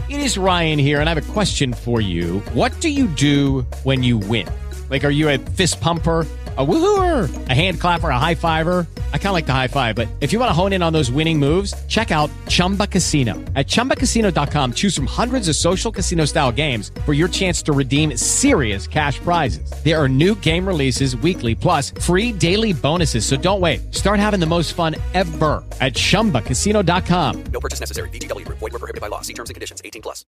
It is Ryan here, and I have a question for you. What do you do when you win? Like, are you a fist pumper, a woohooer, a hand clapper, a high fiver? I kind of like the high five, but if you want to hone in on those winning moves, check out Chumba Casino. At ChumbaCasino.com, choose from hundreds of social casino style games for your chance to redeem serious cash prizes. There are new game releases weekly, plus free daily bonuses. So don't wait. Start having the most fun ever at ChumbaCasino.com. No purchase necessary. VGW Group. Void where prohibited by law. See terms and conditions. 18+.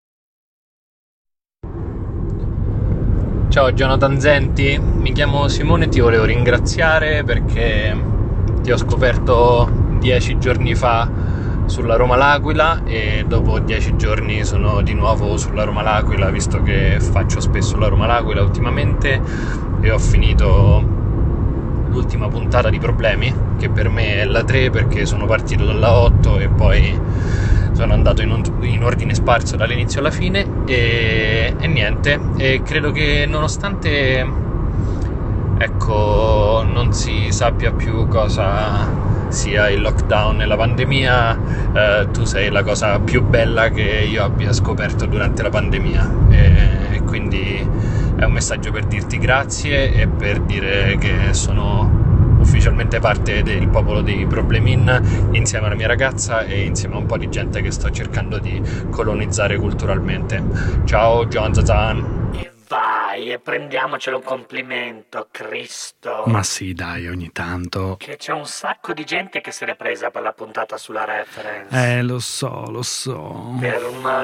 Ciao Jonathan Zenti, mi chiamo Simone e ti volevo ringraziare perché ti ho scoperto 10 giorni fa sulla Roma-L'Aquila e dopo 10 giorni sono di nuovo sulla Roma-L'Aquila, visto che faccio spesso la Roma-L'Aquila ultimamente, e ho finito l'ultima puntata di Problemi, che per me è la 3 perché sono partito dalla 8 e poi sono andato in ordine sparso dall'inizio alla fine e niente, e credo che nonostante non si sappia più cosa sia il lockdown e la pandemia, tu sei la cosa più bella che io abbia scoperto durante la pandemia, e quindi è un messaggio per dirti grazie e per dire che sono ufficialmente parte del popolo dei Problemin, insieme alla mia ragazza e insieme a un po' di gente che sto cercando di colonizzare culturalmente. Ciao Jonathan. E vai, e prendiamocelo un complimento, Cristo. Ma sì, dai, ogni tanto. Che c'è un sacco di gente che se l'è presa per la puntata sulla Reference. Lo so. Per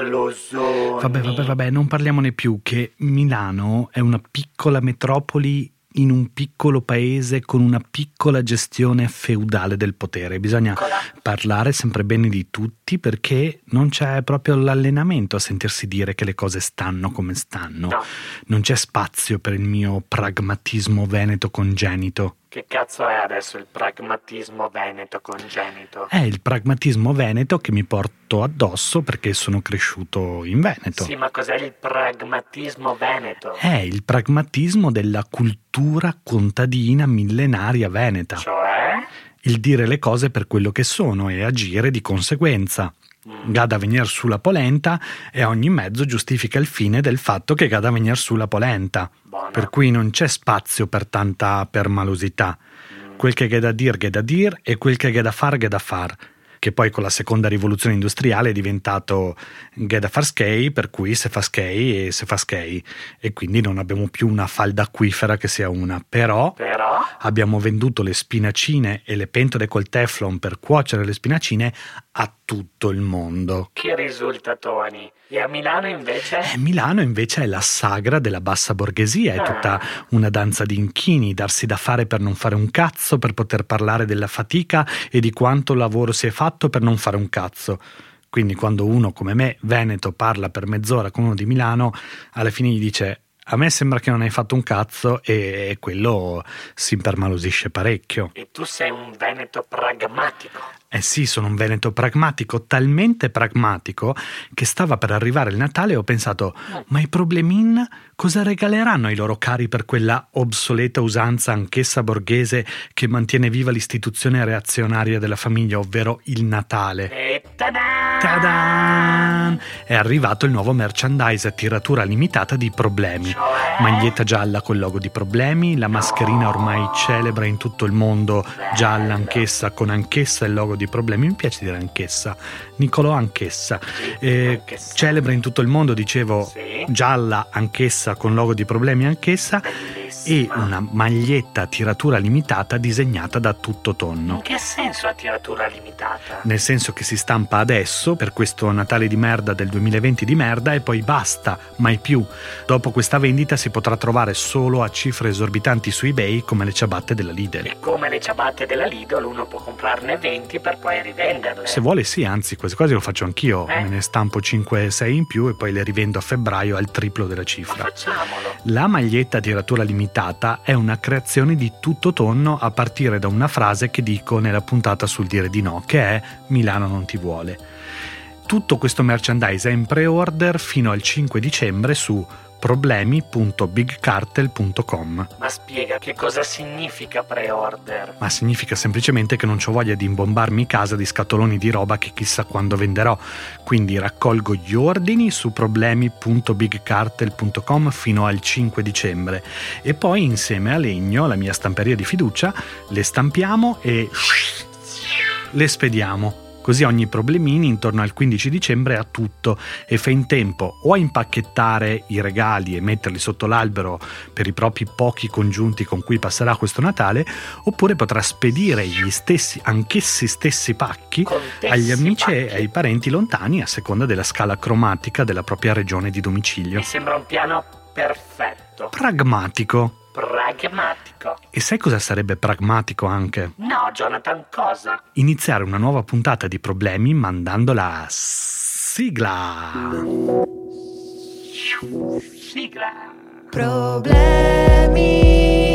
malosoni. Vabbè, non parliamone più, che Milano è una piccola metropoli in un piccolo paese con una piccola gestione feudale del potere. Bisogna parlare sempre bene di tutti perché non c'è proprio l'allenamento a sentirsi dire che le cose stanno come stanno. No. Non c'è spazio per il mio pragmatismo veneto congenito. Che cazzo è adesso il pragmatismo veneto congenito? È il pragmatismo veneto che mi porto addosso perché sono cresciuto in Veneto. Sì, ma cos'è il pragmatismo veneto? È il pragmatismo della cultura contadina millenaria veneta. Cioè? Il dire le cose per quello che sono e agire di conseguenza. Gada venir sulla polenta e ogni mezzo giustifica il fine del fatto che gada venir sulla polenta. Buono. Per cui non c'è spazio per tanta permalosità. Quel che ghe da dir e quel che ghe da far. Che poi con la seconda rivoluzione industriale è diventato ghe da far skei, per cui se fa skei e se fa skei. E quindi non abbiamo più una falda acquifera che sia una. Però abbiamo venduto le spinacine e le pentole col teflon per cuocere le spinacine a tutto il mondo. Che risultatoni! E a Milano invece? Milano invece è la sagra della bassa borghesia, è tutta una danza di inchini, darsi da fare per non fare un cazzo, per poter parlare della fatica e di quanto lavoro si è fatto per non fare un cazzo. Quindi quando uno come me, veneto, parla per mezz'ora con uno di Milano, alla fine gli dice: a me sembra che non hai fatto un cazzo, e quello si impermalosisce parecchio. E tu sei un veneto pragmatico. Sì, sono un veneto pragmatico, talmente pragmatico che stava per arrivare il Natale e ho pensato: ma i Problemin cosa regaleranno ai loro cari per quella obsoleta usanza anch'essa borghese che mantiene viva l'istituzione reazionaria della famiglia, ovvero il Natale? E ta-da! Ta-da! È arrivato il nuovo merchandise a tiratura limitata di Problemi. Maglietta gialla col logo di Problemi, la mascherina ormai celebre in tutto il mondo, gialla anch'essa, con anch'essa il logo di Problemi. Mi piace dire anch'essa, Nicolò anch'essa. Celebre in tutto il mondo, dicevo, gialla anch'essa con logo di Problemi anch'essa. E una maglietta a tiratura limitata disegnata da Tutto Tonno. In che senso a tiratura limitata? Nel senso che si stampa adesso per questo Natale di merda del 2020 di merda e poi basta, mai più. Dopo questa vendita si potrà trovare solo a cifre esorbitanti su eBay, come le ciabatte della Lidl. E come le ciabatte della Lidl uno può comprarne 20 per poi rivenderle. Se vuole sì, anzi quasi quasi lo faccio anch'io. Me ne stampo 5-6 in più e poi le rivendo a febbraio al triplo della cifra. Ma facciamolo. La maglietta a tiratura limitata è una creazione di Tutto Tonno a partire da una frase che dico nella puntata sul dire di no, che è: Milano non ti vuole. Tutto questo merchandise è in pre-order fino al 5 dicembre su problemi.bigcartel.com. Ma spiega che cosa significa pre-order? Ma significa semplicemente che non c'ho voglia di imbombarmi casa di scatoloni di roba che chissà quando venderò. Quindi raccolgo gli ordini su problemi.bigcartel.com fino al 5 dicembre e poi insieme a Legno, la mia stamperia di fiducia, le stampiamo e le spediamo. Così ogni problemini intorno al 15 dicembre ha tutto e fa in tempo o a impacchettare i regali e metterli sotto l'albero per i propri pochi congiunti con cui passerà questo Natale, oppure potrà spedire gli stessi, anch'essi stessi pacchi agli amici e ai parenti lontani a seconda della scala cromatica della propria regione di domicilio. Mi sembra un piano perfetto. Pragmatico. Pragmatico. E sai cosa sarebbe pragmatico anche? No, Jonathan, cosa? Iniziare una nuova puntata di Problemi mandando la sigla. Sigla. Problemi.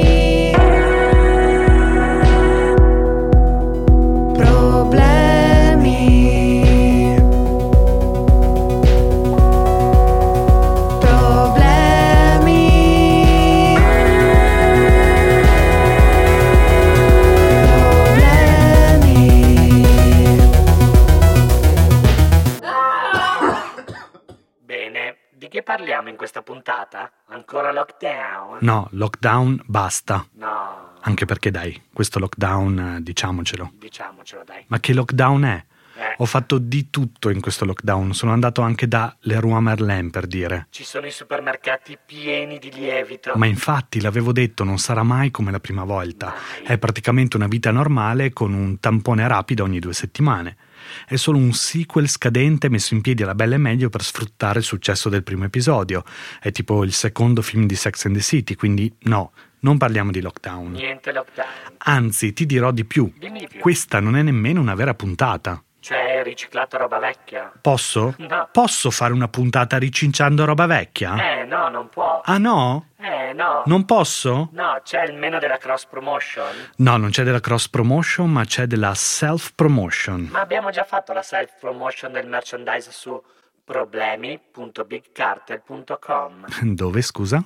Parliamo in questa puntata? Ancora lockdown? No, lockdown basta. No. Anche perché dai, questo lockdown diciamocelo. Diciamocelo, dai. Ma che lockdown è? Ho fatto di tutto in questo lockdown. Sono andato anche da Leroy Merlin, per dire. Ci sono i supermercati pieni di lievito. Ma infatti, l'avevo detto, non sarà mai come la prima volta. Mai. È praticamente una vita normale con un tampone rapido ogni 2 settimane. È solo un sequel scadente messo in piedi alla bella e meglio per sfruttare il successo del primo episodio. È tipo il secondo film di Sex and the City, quindi no, non parliamo di lockdown. Niente lockdown. Anzi, ti dirò di più. Dimmi di più. Questa non è nemmeno una vera puntata. Cioè, hai riciclato roba vecchia? Posso? No. Posso fare una puntata ricinciando roba vecchia? No, non può. Ah no? No. Non posso? No, c'è il meno della cross promotion. No, non c'è della cross promotion, ma c'è della self promotion. Ma abbiamo già fatto la self promotion del merchandise su problemi.bigcartel.com. Dove, scusa?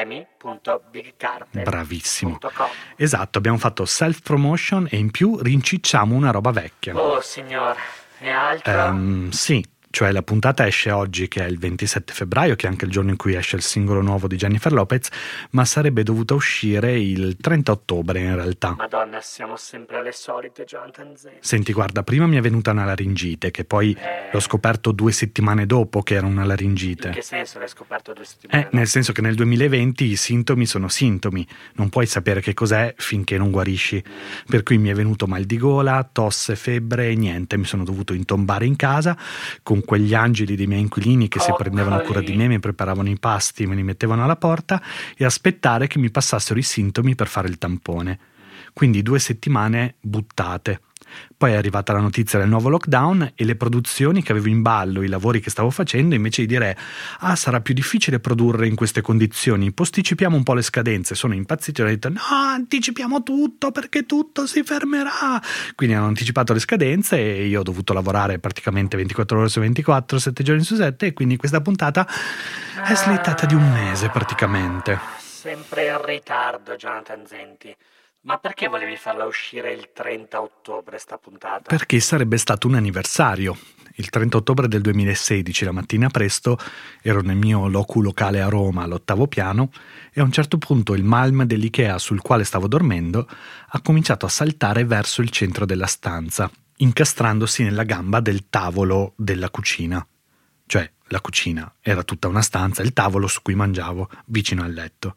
problemi.bigcartel.com. Bravissimo. Esatto, abbiamo fatto self promotion e in più rincicciamo una roba vecchia. Oh signor, e altro? Sì, cioè la puntata esce oggi che è il 27 febbraio, che è anche il giorno in cui esce il singolo nuovo di Jennifer Lopez, ma sarebbe dovuta uscire il 30 ottobre in realtà. Madonna, siamo sempre alle solite, Jonathan Z. Senti, guarda, prima mi è venuta una laringite, che poi l'ho scoperto 2 settimane dopo che era una laringite. In che senso l'hai scoperto 2 settimane dopo? Nel senso che nel 2020 i sintomi sono sintomi, non puoi sapere che cos'è finché non guarisci. Per cui mi è venuto mal di gola, tosse, febbre e niente, mi sono dovuto intombare in casa con quegli angeli dei miei inquilini che si prendevano cura di me, mi preparavano i pasti, me li mettevano alla porta e aspettare che mi passassero i sintomi per fare il tampone. Quindi 2 settimane buttate. Poi è arrivata la notizia del nuovo lockdown e le produzioni che avevo in ballo, i lavori che stavo facendo, invece di dire sarà più difficile produrre in queste condizioni, posticipiamo un po' le scadenze, sono impazzito e ho detto no, anticipiamo tutto perché tutto si fermerà. Quindi hanno anticipato le scadenze e io ho dovuto lavorare praticamente 24 ore su 24, 7 giorni su 7 e quindi questa puntata è slittata di 1 mese praticamente. Sempre in ritardo, Jonathan Zenti. Ma perché volevi farla uscire il 30 ottobre sta puntata? Perché sarebbe stato un anniversario. Il 30 ottobre del 2016, la mattina presto, ero nel mio locale a Roma, all'8° piano, e a un certo punto il malm dell'Ikea sul quale stavo dormendo ha cominciato a saltare verso il centro della stanza, incastrandosi nella gamba del tavolo della cucina. Cioè, la cucina era tutta una stanza, il tavolo su cui mangiavo, vicino al letto.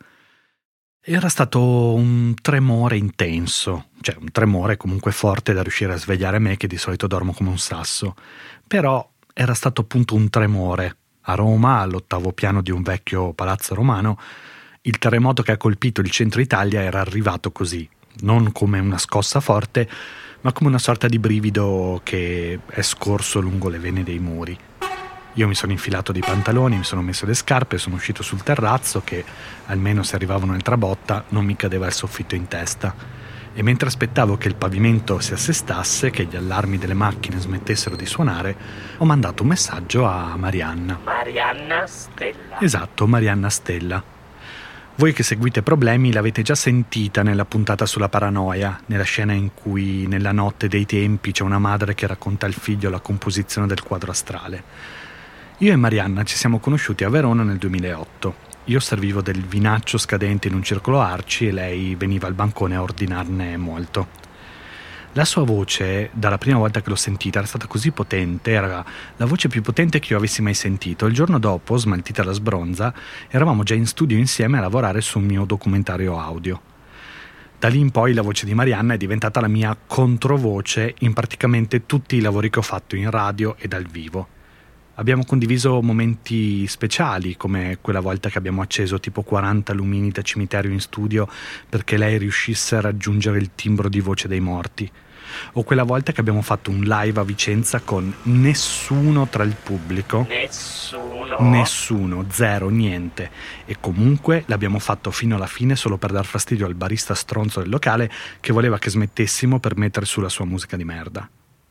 Era stato un tremore intenso, cioè un tremore comunque forte da riuscire a svegliare me che di solito dormo come un sasso, però era stato appunto un tremore. A Roma, all'8° piano di un vecchio palazzo romano, il terremoto che ha colpito il centro Italia era arrivato così, non come una scossa forte, ma come una sorta di brivido che è scorso lungo le vene dei muri. Io mi sono infilato dei pantaloni, mi sono messo le scarpe, sono uscito sul terrazzo che, almeno se arrivava un'altra botta, non mi cadeva il soffitto in testa. e mentre aspettavo che il pavimento si assestasse, che gli allarmi delle macchine smettessero di suonare, ho mandato un messaggio a Marianna. Marianna Stella. Esatto, Marianna Stella. Voi che seguite Problemi l'avete già sentita nella puntata sulla paranoia, nella scena in cui nella notte dei tempi c'è una madre che racconta al figlio la composizione del quadro astrale. Io e Marianna ci siamo conosciuti a Verona nel 2008. Io servivo del vinaccio scadente in un circolo Arci e lei veniva al bancone a ordinarne molto. La sua voce, dalla prima volta che l'ho sentita, era stata così potente, era la voce più potente che io avessi mai sentito. Il giorno dopo, smaltita la sbronza, eravamo già in studio insieme a lavorare su un mio documentario audio. Da lì in poi la voce di Marianna è diventata la mia controvoce in praticamente tutti i lavori che ho fatto in radio e dal vivo. Abbiamo condiviso momenti speciali, come quella volta che abbiamo acceso tipo 40 lumini da cimitero in studio perché lei riuscisse a raggiungere il timbro di voce dei morti, o quella volta che abbiamo fatto un live a Vicenza con nessuno tra il pubblico. Nessuno, zero, niente. E comunque l'abbiamo fatto fino alla fine solo per dar fastidio al barista stronzo del locale che voleva che smettessimo per mettere su la sua musica di merda.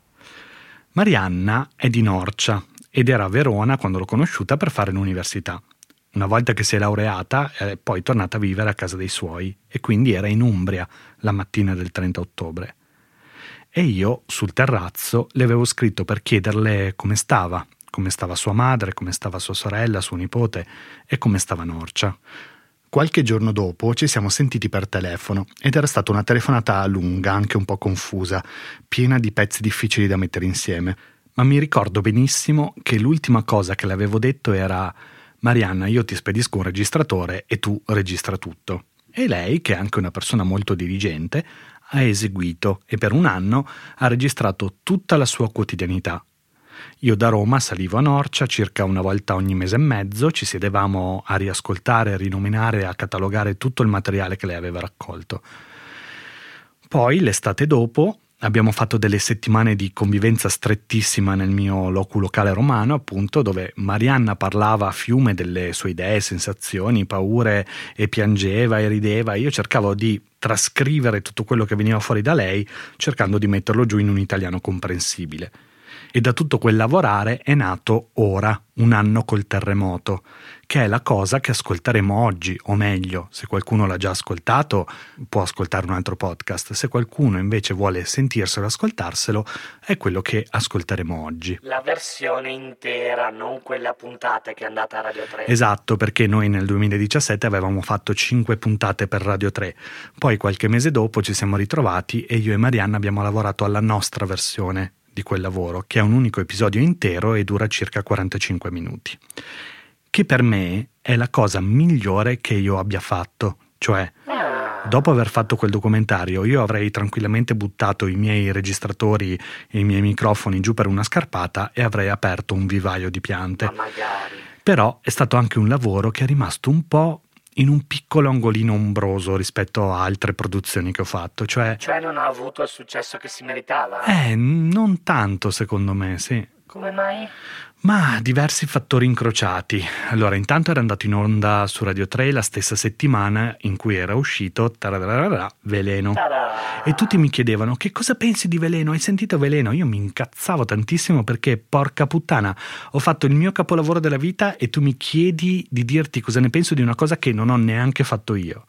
Marianna è di Norcia ed era a Verona quando l'ho conosciuta per fare l'università. Una volta che si è laureata è poi tornata a vivere a casa dei suoi e quindi era in Umbria la mattina del 30 ottobre. E io sul terrazzo le avevo scritto per chiederle come stava sua madre, come stava sua sorella, suo nipote e come stava Norcia. Qualche giorno dopo ci siamo sentiti per telefono ed era stata una telefonata lunga, anche un po' confusa, piena di pezzi difficili da mettere insieme. Ma mi ricordo benissimo che l'ultima cosa che le avevo detto era: Marianna, io ti spedisco un registratore e tu registra tutto. E lei, che è anche una persona molto diligente, ha eseguito e per un anno ha registrato tutta la sua quotidianità. Io da Roma salivo a Norcia circa una volta ogni mese e mezzo, ci sedevamo a riascoltare, a rinominare, a catalogare tutto il materiale che lei aveva raccolto. Poi, l'estate dopo, abbiamo fatto delle settimane di convivenza strettissima nel mio locale romano, appunto, dove Marianna parlava a fiume delle sue idee, sensazioni, paure e piangeva e rideva. Io cercavo di trascrivere tutto quello che veniva fuori da lei, cercando di metterlo giù in un italiano comprensibile. E da tutto quel lavorare è nato Ora, un anno col terremoto, che è la cosa che ascolteremo oggi, o meglio, se qualcuno l'ha già ascoltato può ascoltare un altro podcast, se qualcuno invece vuole sentirselo e ascoltarselo è quello che ascolteremo oggi. La versione intera, non quella puntata che è andata a Radio 3. Esatto, perché noi nel 2017 avevamo fatto 5 puntate per Radio 3, poi qualche mese dopo ci siamo ritrovati e io e Marianna abbiamo lavorato alla nostra versione di quel lavoro, che è un unico episodio intero e dura circa 45 minuti, che per me è la cosa migliore che io abbia fatto. Cioè, dopo aver fatto quel documentario, io avrei tranquillamente buttato i miei registratori e i miei microfoni giù per una scarpata e avrei aperto un vivaio di piante. Ma magari. Però è stato anche un lavoro che è rimasto un po' in un piccolo angolino ombroso rispetto a altre produzioni che ho fatto, cioè non ha avuto il successo che si meritava? Non tanto, secondo me, sì. Come mai? Ma diversi fattori incrociati. Allora, intanto era andato in onda su Radio 3 la stessa settimana in cui era uscito Veleno. Ta-da! E tutti mi chiedevano: che cosa pensi di Veleno? Hai sentito Veleno? Io mi incazzavo tantissimo perché, porca puttana, ho fatto il mio capolavoro della vita e tu mi chiedi di dirti cosa ne penso di una cosa che non ho neanche fatto io.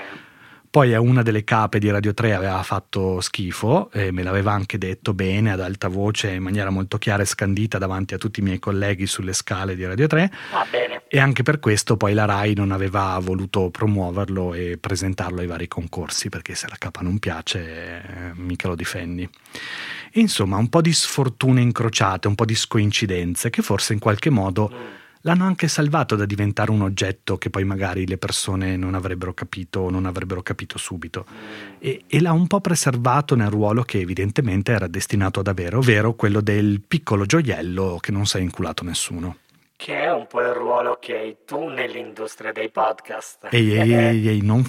Poi a una delle cape di Radio 3 aveva fatto schifo e me l'aveva anche detto bene, ad alta voce, in maniera molto chiara e scandita davanti a tutti i miei colleghi sulle scale di Radio 3. Va bene. E anche per questo poi la Rai non aveva voluto promuoverlo e presentarlo ai vari concorsi, perché se la capa non piace mica lo difendi. E insomma, un po' di sfortune incrociate, un po' di scoincidenze che forse in qualche modo l'hanno anche salvato da diventare un oggetto che poi magari le persone non avrebbero capito o non avrebbero capito subito, e l'ha un po' preservato nel ruolo che evidentemente era destinato ad avere, ovvero quello del piccolo gioiello che non si è inculato nessuno. Che è un po' il ruolo che hai tu nell'industria dei podcast. Ehi, non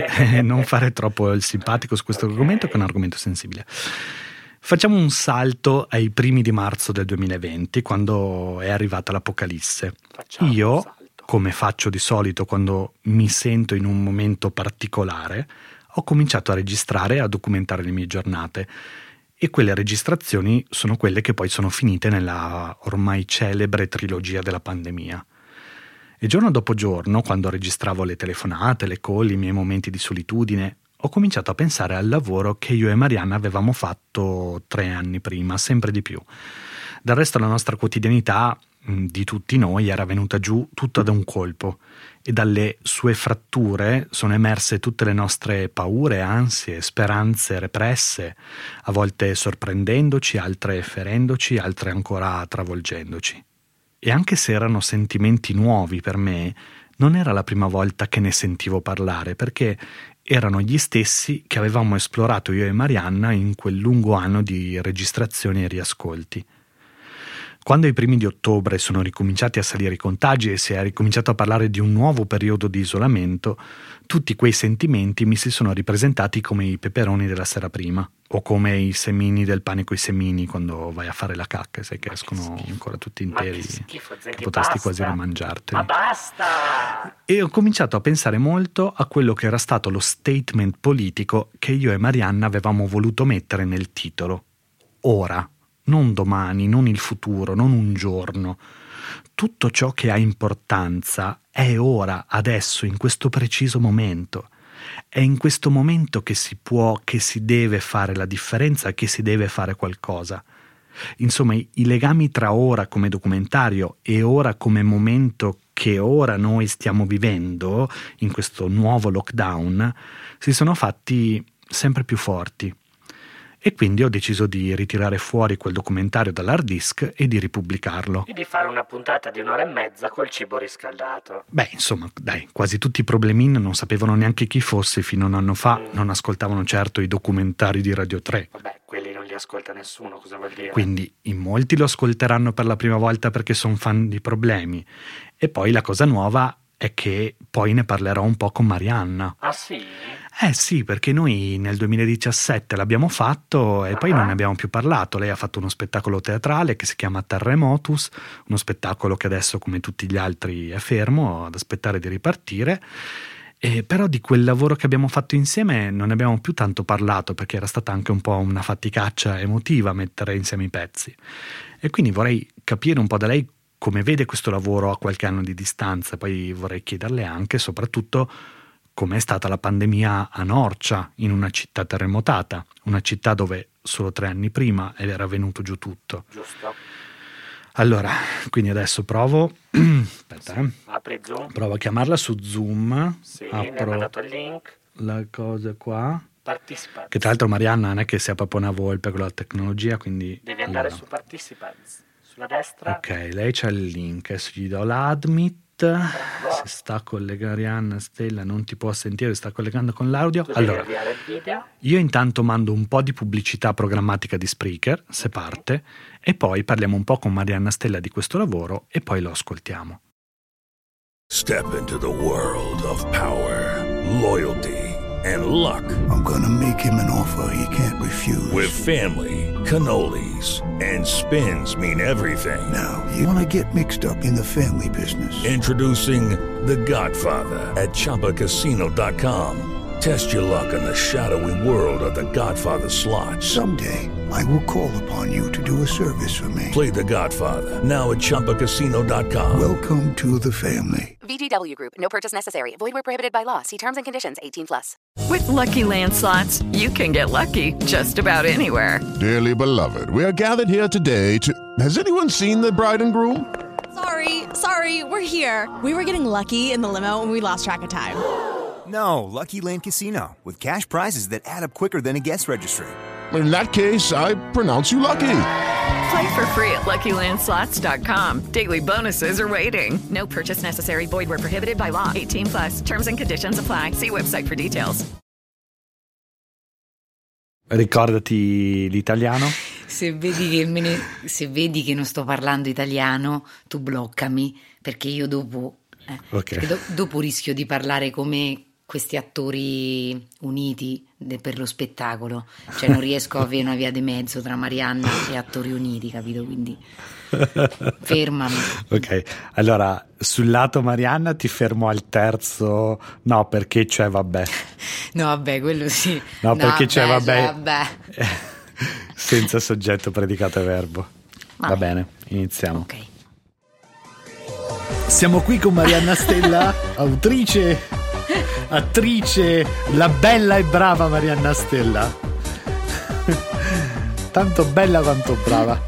fare troppo il simpatico su questo argomento, che è un argomento sensibile. Facciamo un salto ai primi di marzo del 2020, quando è arrivata l'Apocalisse. Io, come faccio di solito quando mi sento in un momento particolare, ho cominciato a registrare e a documentare le mie giornate. E quelle registrazioni sono quelle che poi sono finite nella ormai celebre trilogia della pandemia. E giorno dopo giorno, quando registravo le telefonate, le call, i miei momenti di solitudine, ho cominciato a pensare al lavoro che io e Marianna avevamo fatto 3 anni prima, sempre di più. Del resto la nostra quotidianità di tutti noi era venuta giù tutta da un colpo e dalle sue fratture sono emerse tutte le nostre paure, ansie, speranze represse, a volte sorprendendoci, altre ferendoci, altre ancora travolgendoci. E anche se erano sentimenti nuovi per me, non era la prima volta che ne sentivo parlare, perché erano gli stessi che avevamo esplorato io e Marianna in quel lungo anno di registrazioni e riascolti. Quando ai primi di ottobre sono ricominciati a salire i contagi e si è ricominciato a parlare di un nuovo periodo di isolamento, tutti quei sentimenti mi si sono ripresentati come i peperoni della sera prima, o come i semini del pane coi semini quando vai a fare la cacca, sai che escono ancora tutti interi, che potresti quasi rimangiarteli. Ma basta! E ho cominciato a pensare molto a quello che era stato lo statement politico che io e Marianna avevamo voluto mettere nel titolo. Ora. Non domani, non il futuro, non un giorno. Tutto ciò che ha importanza è ora, adesso, in questo preciso momento. È in questo momento che si può, che si deve fare la differenza, che si deve fare qualcosa. Insomma, i legami tra ora come documentario e ora come momento che ora noi stiamo vivendo, in questo nuovo lockdown, si sono fatti sempre più forti. E quindi ho deciso di ritirare fuori quel documentario dall'hard disk e di ripubblicarlo. E di fare una puntata di 1 ora e mezza col cibo riscaldato. Beh, insomma, dai, quasi tutti i problemin non sapevano neanche chi fosse fino a un anno fa, non ascoltavano certo i documentari di Radio 3. Vabbè, quelli non li ascolta nessuno, cosa vuol dire? Quindi in molti lo ascolteranno per la prima volta perché sono fan di Problemi. E poi la cosa nuova è che poi ne parlerò un po' con Marianna. Ah sì? Sì, perché noi nel 2017 l'abbiamo fatto e poi non ne abbiamo più parlato. Lei ha fatto uno spettacolo teatrale che si chiama Terremotus, uno spettacolo che adesso come tutti gli altri è fermo ad aspettare di ripartire. Però di quel lavoro che abbiamo fatto insieme non ne abbiamo più tanto parlato perché era stata anche un po' una faticaccia emotiva mettere insieme i pezzi. E quindi vorrei capire un po' da lei come vede questo lavoro a qualche anno di distanza. Poi vorrei chiederle anche soprattutto com'è stata la pandemia a Norcia, in una città terremotata, una città dove solo 3 anni prima era venuto giù tutto. Giusto. Allora, quindi adesso provo, aspetta, Apri Zoom. provo a chiamarla su Zoom, Sì, mi ha mandato il link. la cosa qua, Participants. che tra l'altro Marianna non è che sia proprio una volpe con la tecnologia, quindi... Devi andare allora. su Participants. Sulla destra. Ok, lei c'ha il link, adesso gli do l'admit, si sta collegando Arianna Stella, non ti può sentire, sta collegando con l'audio. Tu devi Allora, avviare il video. io intanto mando un po' di pubblicità programmatica di Spreaker, se parte, e poi parliamo un po' con Marianna Stella di questo lavoro e poi lo ascoltiamo. Step into the world of power, loyalty, and luck. I'm gonna make him an offer he can't refuse. With family, cannolis, and spins mean everything. Now, you wanna get mixed up in the family business. Introducing The Godfather at ChumbaCasino.com. Test your luck in the shadowy world of The Godfather slot. Someday, I will call upon you to do a service for me. Play The Godfather now at ChumbaCasino.com. Welcome to the family. VGW Group. No purchase necessary. Void where prohibited by law. See terms and conditions. 18+. With Lucky Land Slots, you can get lucky just about anywhere. Dearly beloved, we are gathered here today to... Has anyone seen the bride and groom? Sorry, we're here. We were getting lucky in the limo and we lost track of time. No, Lucky Land Casino, with cash prizes that add up quicker than a guest registry. In that case, I pronounce you lucky. Play for free at LuckyLandSlots.com. Daily bonuses are waiting. No purchase necessary. Void where prohibited by law. 18+. Terms and conditions apply. See website for details. Ricordati l'italiano. Se vedi che non sto parlando italiano, tu bloccami, perché io dopo... Okay. Dopo rischio di parlare come questi attori uniti per lo spettacolo, cioè non riesco a avere una via di mezzo tra Marianna e attori uniti, capito? Quindi fermami. Ok, allora sul lato Marianna ti fermo al terzo, no, perché c'è vabbè. No, vabbè, quello sì. No, perché c'è vabbè. Senza soggetto, predicato e verbo. Va bene, iniziamo. Ok. Siamo qui con Marianna Stella, autrice, attrice, la bella e brava Marianna Stella. Tanto bella quanto brava.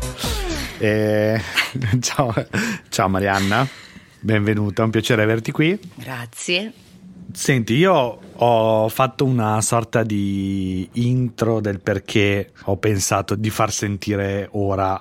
Ciao Marianna, benvenuta, è un piacere averti qui. Grazie. Senti, io ho fatto una sorta di intro del perché ho pensato di far sentire ora.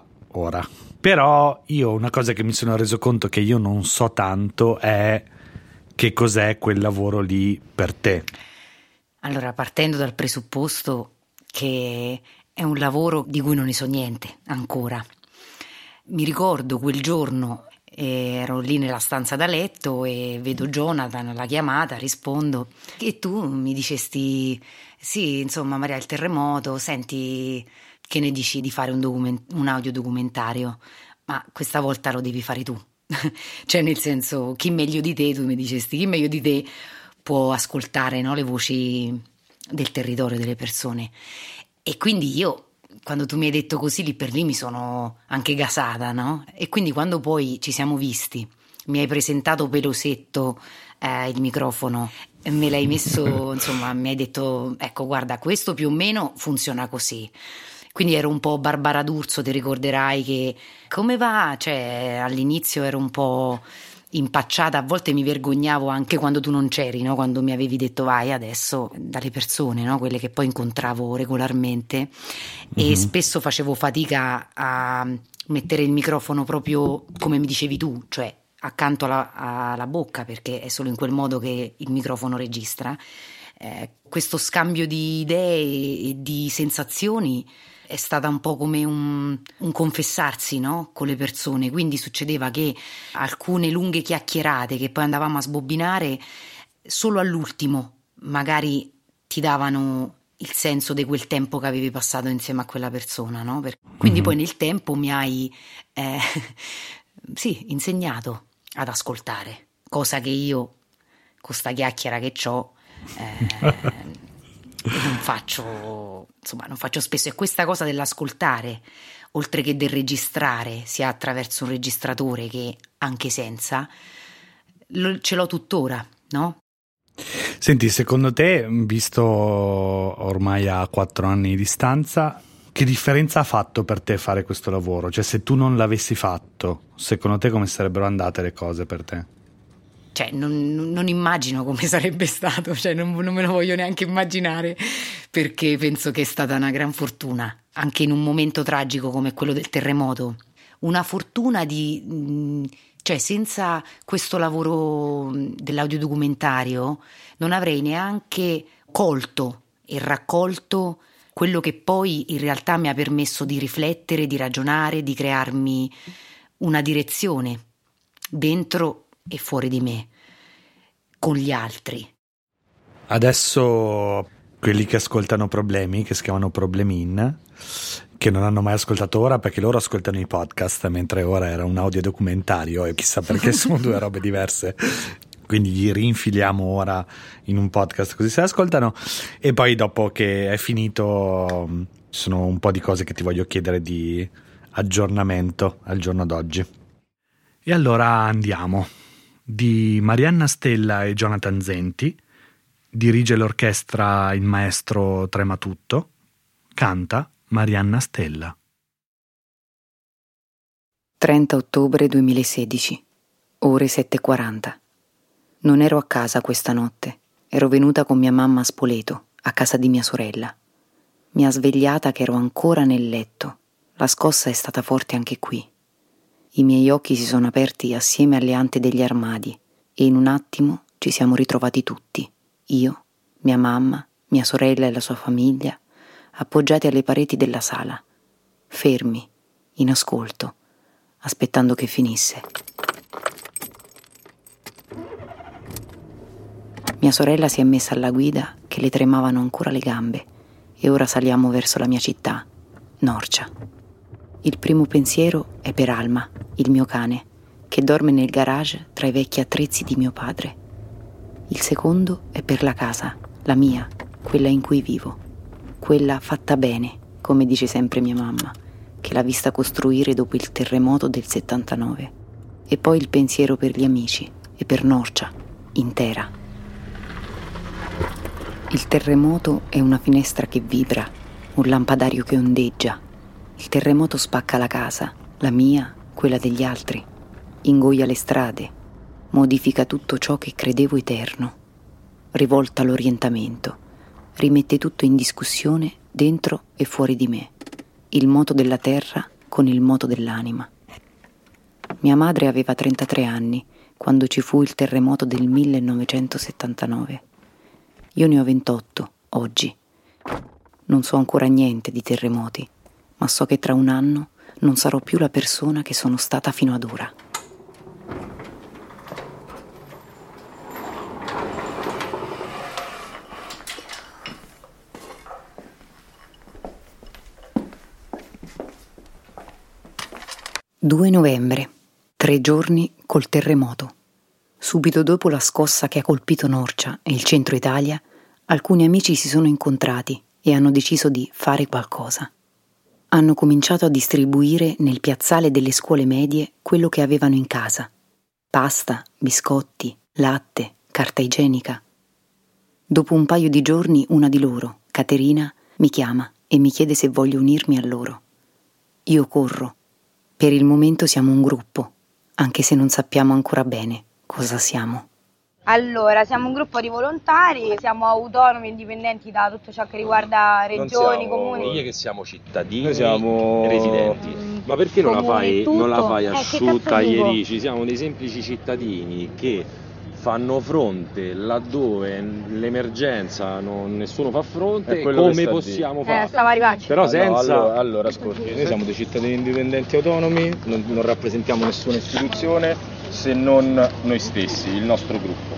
Però io una cosa che mi sono reso conto che io non so tanto è che cos'è quel lavoro lì per te. Allora, partendo dal presupposto che è un lavoro di cui non ne so niente ancora. Mi ricordo quel giorno, ero lì nella stanza da letto e vedo Jonathan alla chiamata, rispondo e tu mi dicesti sì, insomma Maria, il terremoto, senti, che ne dici di fare un audiodocumentario? Ma questa volta lo devi fare tu. Cioè, nel senso, chi meglio di te, tu mi dicesti, chi meglio di te può ascoltare, no, le voci del territorio, delle persone. E quindi io, quando tu mi hai detto così, lì per lì mi sono anche gasata, no? E quindi quando poi ci siamo visti, mi hai presentato pelosetto il microfono, me l'hai messo, insomma, mi hai detto, ecco, guarda, questo più o meno funziona così. Quindi ero un po' Barbara D'Urso, ti ricorderai che come va? Cioè, all'inizio ero un po' impacciata, a volte mi vergognavo anche quando tu non c'eri, no? Quando mi avevi detto vai adesso dalle persone, no? Quelle che poi incontravo regolarmente, e spesso facevo fatica a mettere il microfono proprio come mi dicevi tu, cioè accanto alla bocca, perché è solo in quel modo che il microfono registra. Questo scambio di idee e di sensazioni è stata un po' come un confessarsi, no? Con le persone, quindi succedeva che alcune lunghe chiacchierate che poi andavamo a sbobbinare solo all'ultimo magari ti davano il senso di quel tempo che avevi passato insieme a quella persona, no? Quindi poi nel tempo mi hai sì, insegnato ad ascoltare, cosa che io con sta chiacchiera che c'ho non faccio spesso. E questa cosa dell'ascoltare oltre che del registrare, sia attraverso un registratore che anche senza, ce l'ho tuttora, no? Senti, secondo te, visto ormai a 4 anni di distanza, che differenza ha fatto per te fare questo lavoro? Cioè, se tu non l'avessi fatto, secondo te come sarebbero andate le cose per te? Cioè, non immagino come sarebbe stato, cioè non me lo voglio neanche immaginare, perché penso che è stata una gran fortuna, anche in un momento tragico come quello del terremoto. Una fortuna cioè, senza questo lavoro dell'audiodocumentario non avrei neanche colto e raccolto quello che poi in realtà mi ha permesso di riflettere, di ragionare, di crearmi una direzione dentro e fuori di me, con gli altri. Adesso quelli che ascoltano Problemi, che si chiamano Problemin, che non hanno mai ascoltato ora perché loro ascoltano i podcast, mentre ora era un audiodocumentario e chissà perché sono due robe diverse, quindi gli rinfiliamo ora in un podcast così se ascoltano. E poi dopo che è finito ci sono un po' di cose che ti voglio chiedere di aggiornamento al giorno d'oggi. E allora andiamo. Di Marianna Stella e Jonathan Zenti, dirige l'orchestra il maestro Trematutto, canta Marianna Stella. 30 ottobre 2016, ore 7:40. Non ero a casa questa notte, ero venuta con mia mamma a Spoleto, a casa di mia sorella. Mi ha svegliata che ero ancora nel letto, la scossa è stata forte anche qui. I miei occhi si sono aperti assieme alle ante degli armadi e in un attimo ci siamo ritrovati tutti, io, mia mamma, mia sorella e la sua famiglia, appoggiati alle pareti della sala, fermi, in ascolto, aspettando che finisse. Mia sorella si è messa alla guida che le tremavano ancora le gambe e ora saliamo verso la mia città, Norcia. Il primo pensiero è per Alma, il mio cane, che dorme nel garage tra i vecchi attrezzi di mio padre. Il secondo è per la casa, la mia, quella in cui vivo, quella fatta bene, come dice sempre mia mamma, che l'ha vista costruire dopo il terremoto del 79. E poi il pensiero per gli amici e per Norcia, intera. Il terremoto è una finestra che vibra, un lampadario che ondeggia. Il terremoto spacca la casa, la mia, quella degli altri, ingoia le strade, modifica tutto ciò che credevo eterno, rivolta l'orientamento, rimette tutto in discussione dentro e fuori di me, il moto della terra con il moto dell'anima. Mia madre aveva 33 anni quando ci fu il terremoto del 1979. Io ne ho 28, oggi. Non so ancora niente di terremoti, ma so che tra un anno non sarò più la persona che sono stata fino ad ora. «2 novembre, 3 giorni col terremoto. Subito dopo la scossa che ha colpito Norcia e il centro Italia, alcuni amici si sono incontrati e hanno deciso di fare qualcosa. Hanno cominciato a distribuire nel piazzale delle scuole medie quello che avevano in casa: pasta, biscotti, latte, carta igienica. Dopo un paio di giorni una di loro, Caterina, mi chiama e mi chiede se voglio unirmi a loro. Io corro. Per il momento siamo un gruppo, anche se non sappiamo ancora bene cosa siamo. Allora, siamo un gruppo di volontari, siamo autonomi, indipendenti da tutto ciò che riguarda regioni, comuni. Noi che siamo cittadini, noi siamo residenti. Ma perché non la fai asciutta agli erici? Siamo dei semplici cittadini che fanno fronte laddove l'emergenza nessuno fa fronte, come possiamo fare? Stiamo arrivando. Però senza... Allora, ascolti, noi siamo dei cittadini indipendenti autonomi, non rappresentiamo nessuna istituzione se non noi stessi, il nostro gruppo.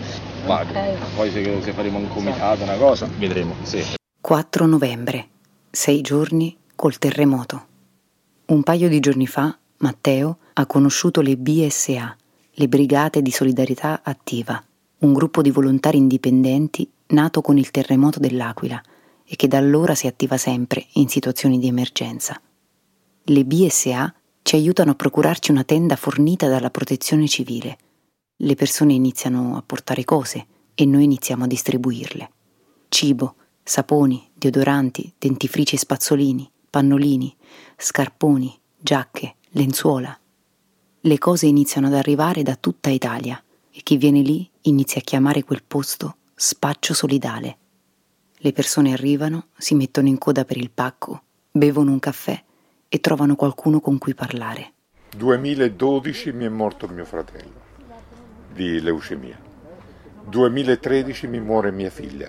Poi se faremo un comitato, una cosa, vedremo. Sì. 4 novembre, 6 giorni col terremoto. Un paio di giorni fa Matteo ha conosciuto le BSA, le Brigate di Solidarietà Attiva, un gruppo di volontari indipendenti nato con il terremoto dell'Aquila e che da allora si attiva sempre in situazioni di emergenza. Le BSA ci aiutano a procurarci una tenda fornita dalla Protezione Civile. Le persone iniziano a portare cose e noi iniziamo a distribuirle. Cibo, saponi, deodoranti, dentifrici e spazzolini, pannolini, scarponi, giacche, lenzuola. Le cose iniziano ad arrivare da tutta Italia e chi viene lì inizia a chiamare quel posto spaccio solidale. Le persone arrivano, si mettono in coda per il pacco, bevono un caffè e trovano qualcuno con cui parlare. 2012 mi è morto mio fratello di leucemia. 2013 mi muore mia figlia.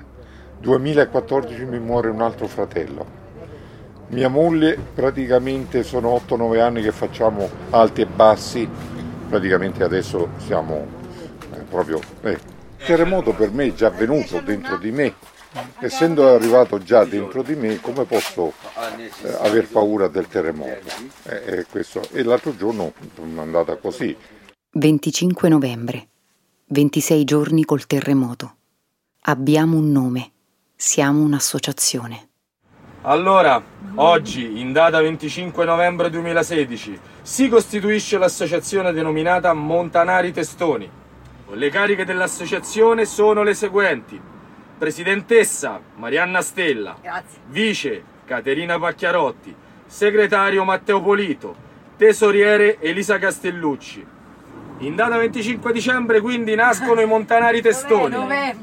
2014 mi muore un altro fratello. Mia moglie, praticamente sono 8-9 anni che facciamo alti e bassi, praticamente adesso siamo proprio... Il terremoto per me è già avvenuto dentro di me, essendo arrivato già dentro di me, come posso aver paura del terremoto? Questo. E l'altro giorno è andata così. 25 novembre, 26 giorni col terremoto. Abbiamo un nome, siamo un'associazione. Allora, oggi, in data 25 novembre 2016, si costituisce l'associazione denominata Montanari Testoni. Le cariche dell'associazione sono le seguenti: presidentessa Marianna Stella, Grazie. Vice Caterina Pacchiarotti, segretario Matteo Polito, tesoriere Elisa Castellucci. In data 25 dicembre quindi nascono i Montanari Testoni.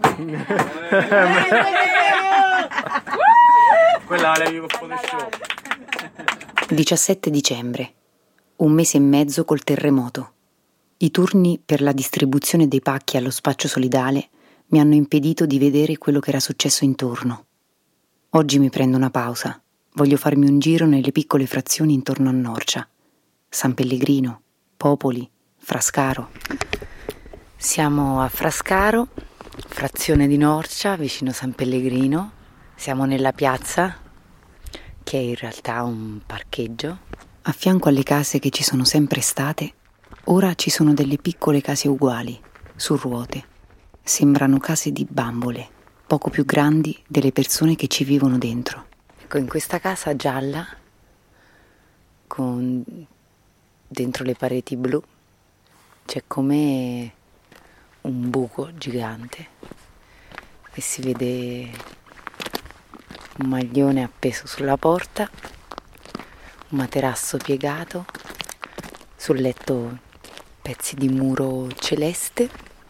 Quella è la Photoshop. 17 dicembre, un mese e mezzo col terremoto. I turni per la distribuzione dei pacchi allo spaccio solidale mi hanno impedito di vedere quello che era successo intorno. Oggi mi prendo una pausa. Voglio farmi un giro nelle piccole frazioni intorno a Norcia. San Pellegrino, Popoli, Frascaro. Siamo a Frascaro frazione di Norcia, vicino San Pellegrino. Siamo nella piazza, che è in realtà un parcheggio. A fianco alle case che ci sono sempre state, ora ci sono delle piccole case uguali, su ruote. Sembrano case di bambole, poco più grandi delle persone che ci vivono dentro. Ecco, in questa casa gialla, con dentro le pareti blu, c'è come un buco gigante e si vede un maglione appeso sulla porta, un materasso piegato, sul letto pezzi di muro celeste.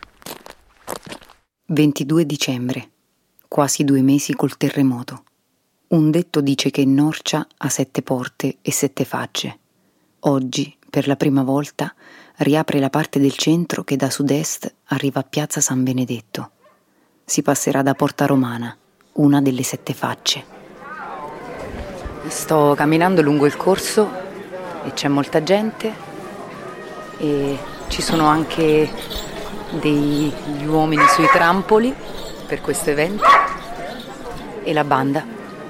22 dicembre, quasi 2 mesi col terremoto. Un detto dice che Norcia ha 7 porte e 7 facce. Oggi, per la prima volta, riapre la parte del centro che da sud-est arriva a Piazza San Benedetto. Si passerà da Porta Romana, una delle 7 facce. Sto camminando lungo il corso e c'è molta gente e ci sono anche degli uomini sui trampoli per questo evento e la banda.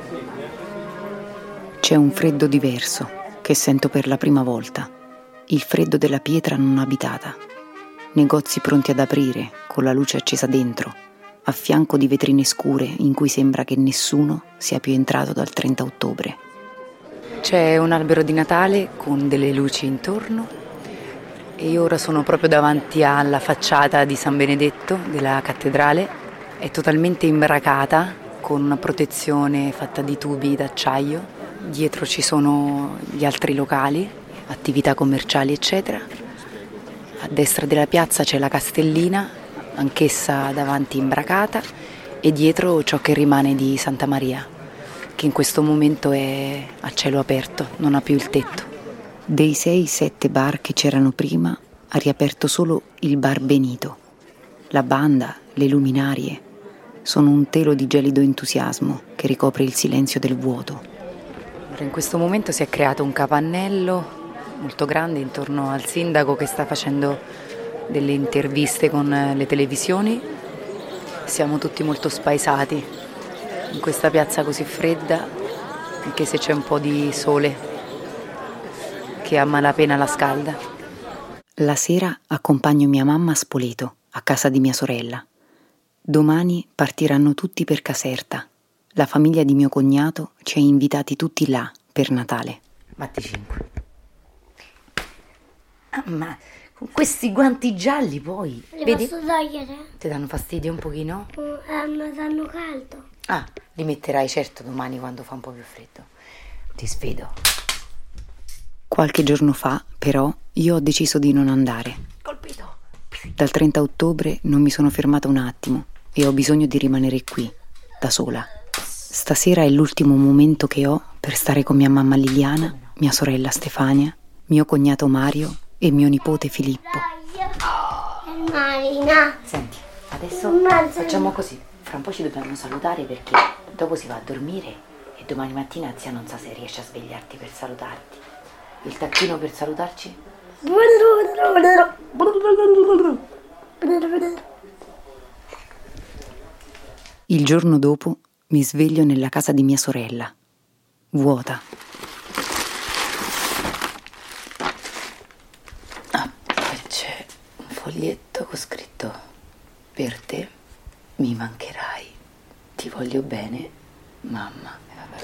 C'è un freddo diverso che sento per la prima volta, il freddo della pietra non abitata. Negozi pronti ad aprire, con la luce accesa dentro, a fianco di vetrine scure in cui sembra che nessuno sia più entrato dal 30 ottobre. C'è un albero di Natale con delle luci intorno e io ora sono proprio davanti alla facciata di San Benedetto della cattedrale. È totalmente imbracata con una protezione fatta di tubi d'acciaio. Dietro ci sono gli altri locali, attività commerciali eccetera. A destra della piazza c'è la Castellina, anch'essa davanti imbracata, e dietro ciò che rimane di Santa Maria, che in questo momento è a cielo aperto, non ha più il tetto. Dei 6-7 bar che c'erano prima ha riaperto solo il bar Benito. La banda, le luminarie, sono un telo di gelido entusiasmo che ricopre il silenzio del vuoto. In questo momento si è creato un capannello molto grande intorno al sindaco che sta facendo delle interviste con le televisioni. Siamo tutti molto spaesati in questa piazza così fredda, anche se c'è un po' di sole che a malapena la scalda. La sera accompagno mia mamma a Spoleto, a casa di mia sorella. Domani partiranno tutti per Caserta. La famiglia di mio cognato ci ha invitati tutti là per Natale. Batti 5. Ah, ma con questi guanti gialli poi. Li vedi? posso togliere? Ti danno fastidio un pochino? Mi danno caldo. Ah, li metterai certo domani quando fa un po' più freddo. Ti sfido. Qualche giorno fa, però, io ho deciso di non andare. Colpito. Dal 30 ottobre non mi sono fermata un attimo e ho bisogno di rimanere qui, da sola. Stasera è l'ultimo momento che ho per stare con mia mamma Liliana, mia sorella Stefania, mio cognato Mario e mio nipote Filippo. Marina. Senti, adesso facciamo così. Fra un po' ci dobbiamo salutare perché dopo si va a dormire e domani mattina zia non sa se riesce a svegliarti per salutarti. Il tacchino per salutarci? Il giorno dopo mi sveglio nella casa di mia sorella, vuota. Poi c'è un foglietto con scritto: per te mi mancherai, ti voglio bene, mamma.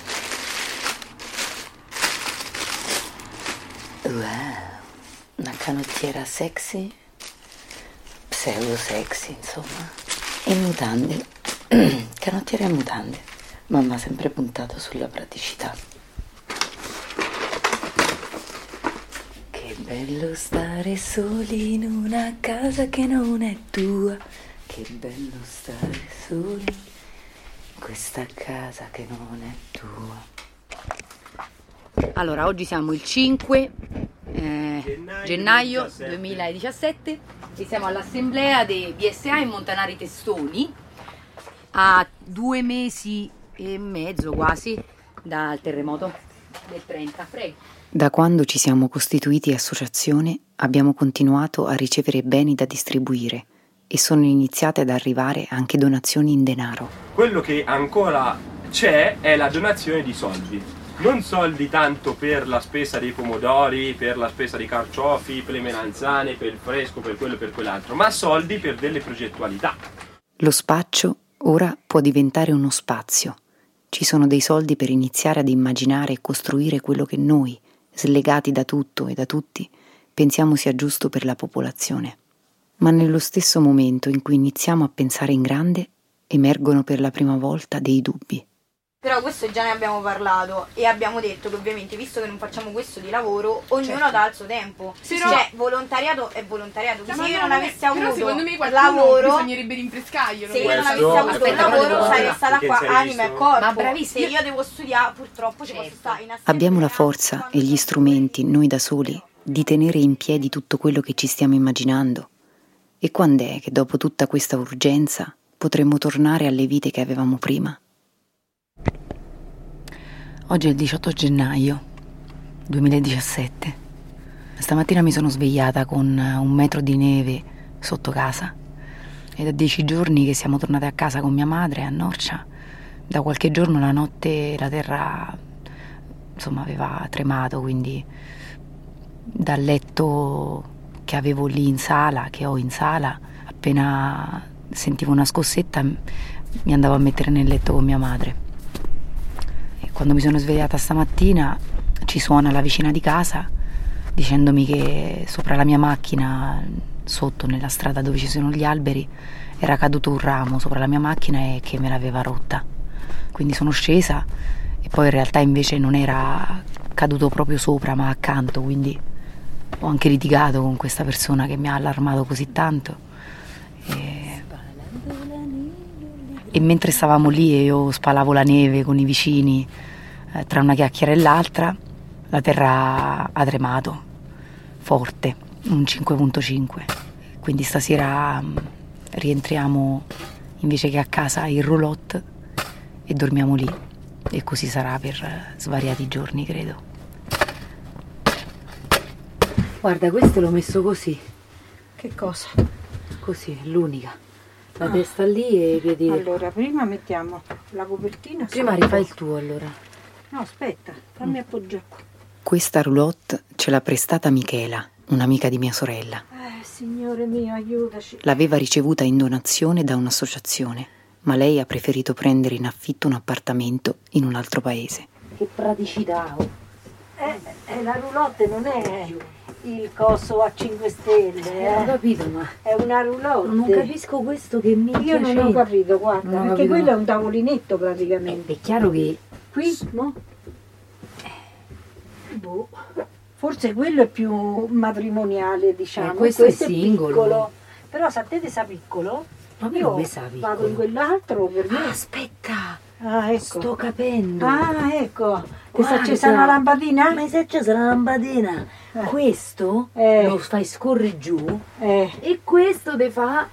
Wow, una canottiera sexy, pseudo sexy insomma, e mutande, canottiera e mutande. Mamma ha sempre puntato sulla praticità. Che bello stare soli in una casa che non è tua, che bello stare soli in questa casa che non è tua. Allora, oggi siamo il 5 gennaio 2017 e siamo all'assemblea dei BSA in Montanari Testoni, a 2 mesi e mezzo quasi dal terremoto del 30. Prego. Da quando ci siamo costituiti associazione abbiamo continuato a ricevere beni da distribuire e sono iniziate ad arrivare anche donazioni in denaro. Quello che ancora c'è è la donazione di soldi. Non soldi tanto per la spesa dei pomodori, per la spesa dei carciofi, per le melanzane, per il fresco, per quello e per quell'altro, ma soldi per delle progettualità. Lo spaccio ora può diventare uno spazio. Ci sono dei soldi per iniziare ad immaginare e costruire quello che noi, slegati da tutto e da tutti, pensiamo sia giusto per la popolazione. Ma nello stesso momento in cui iniziamo a pensare in grande, emergono per la prima volta dei dubbi. Però questo già ne abbiamo parlato e abbiamo detto che ovviamente, visto che non facciamo questo di lavoro, ognuno dà il suo tempo. Però, cioè, volontariato è volontariato. Se io non avessi avuto però secondo me lavoro, bisognerebbe rinfrescarglielo. Se io non avessi avuto un lavoro, sarei stata qua anima e corpo. Ma bravissima. Se io devo studiare, purtroppo ci posso stare in assenza. Abbiamo la forza e gli strumenti, noi da soli, di tenere in piedi tutto quello che ci stiamo immaginando. E quando è che dopo tutta questa urgenza potremmo tornare alle vite che avevamo prima? Oggi è il 18 gennaio 2017. Stamattina mi sono svegliata con 1 metro di neve sotto casa. È da 10 giorni che siamo tornate a casa con mia madre a Norcia. Da qualche giorno la notte la terra, insomma, aveva tremato, quindi dal letto che avevo lì in sala, che ho in sala, appena sentivo una scossetta mi andavo a mettere nel letto con mia madre. Quando mi sono svegliata stamattina ci suona la vicina di casa dicendomi che sopra la mia macchina, sotto nella strada dove ci sono gli alberi, era caduto un ramo sopra la mia macchina e che me l'aveva rotta. Quindi sono scesa e poi in realtà invece non era caduto proprio sopra ma accanto, quindi ho anche litigato con questa persona che mi ha allarmato così tanto. E mentre stavamo lì e io spalavo la neve con i vicini, tra una chiacchiera e l'altra, la terra ha tremato, forte, un 5.5. Quindi stasera rientriamo invece che a casa in roulotte e dormiamo lì. E così sarà per svariati giorni, credo. Guarda, questo l'ho messo così. Che cosa? Così, l'unica. La testa lì e i piedi. Allora, prima mettiamo la copertina. Prima rifai il tuo, allora. No, aspetta, fammi appoggiare qua. Questa roulotte ce l'ha prestata Michela, un'amica di mia sorella. Signore mio, aiutaci. L'aveva ricevuta in donazione da un'associazione, ma lei ha preferito prendere in affitto un appartamento in un altro paese. Che praticità! La roulotte non è il coso a 5 stelle. Ho capito, ma è una roulotte. Non capisco questo che mi Io non ho capito, guarda, non ho perché capito. quello è un tavolinetto praticamente. È chiaro che qui, no? Boh. Forse quello è più matrimoniale, diciamo. Questo è singolo. Piccolo. Però se a te sa piccolo, ma io come sa piccolo? vado in quell'altro per me. Aspetta, ecco. Sto capendo. Ecco. Ti sta accesa una lampadina? Ma si è accesa una lampadina. Questo lo fai scorri giù e questo te fa...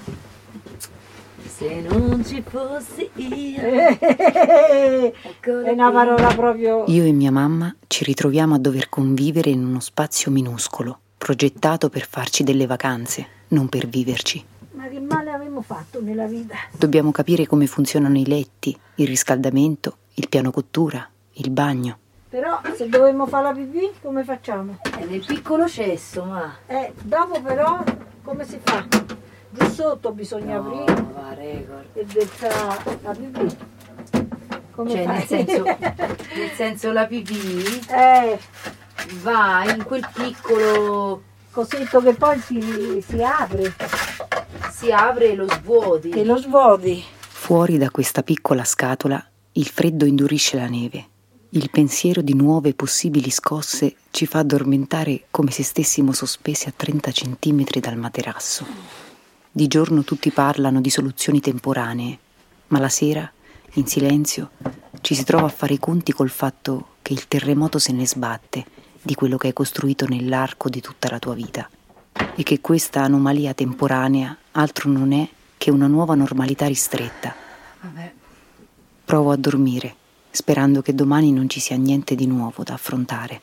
Se non ci fossi io. È una parola proprio. Io e mia mamma ci ritroviamo a dover convivere in uno spazio minuscolo, progettato per farci delle vacanze, non per viverci. Ma che male abbiamo fatto nella vita? Dobbiamo capire come funzionano i letti, il riscaldamento, il piano cottura, il bagno. Però se dovevamo fare la pipì, come facciamo? Nel piccolo cesso, ma... Dopo però, come si fa? Giù sotto bisogna aprire e versare la pipì. Come cioè, fai? nel senso la pipì va in quel piccolo cosetto che poi si apre. Si apre e lo svuoti. E lo svuoti. Fuori da questa piccola scatola il freddo indurisce la neve. Il pensiero di nuove possibili scosse ci fa addormentare come se stessimo sospesi a 30 centimetri dal materasso. Di giorno tutti parlano di soluzioni temporanee, ma la sera, in silenzio, ci si trova a fare i conti col fatto che il terremoto se ne sbatte di quello che hai costruito nell'arco di tutta la tua vita e che questa anomalia temporanea altro non è che una nuova normalità ristretta. Vabbè. Provo a dormire, sperando che domani non ci sia niente di nuovo da affrontare.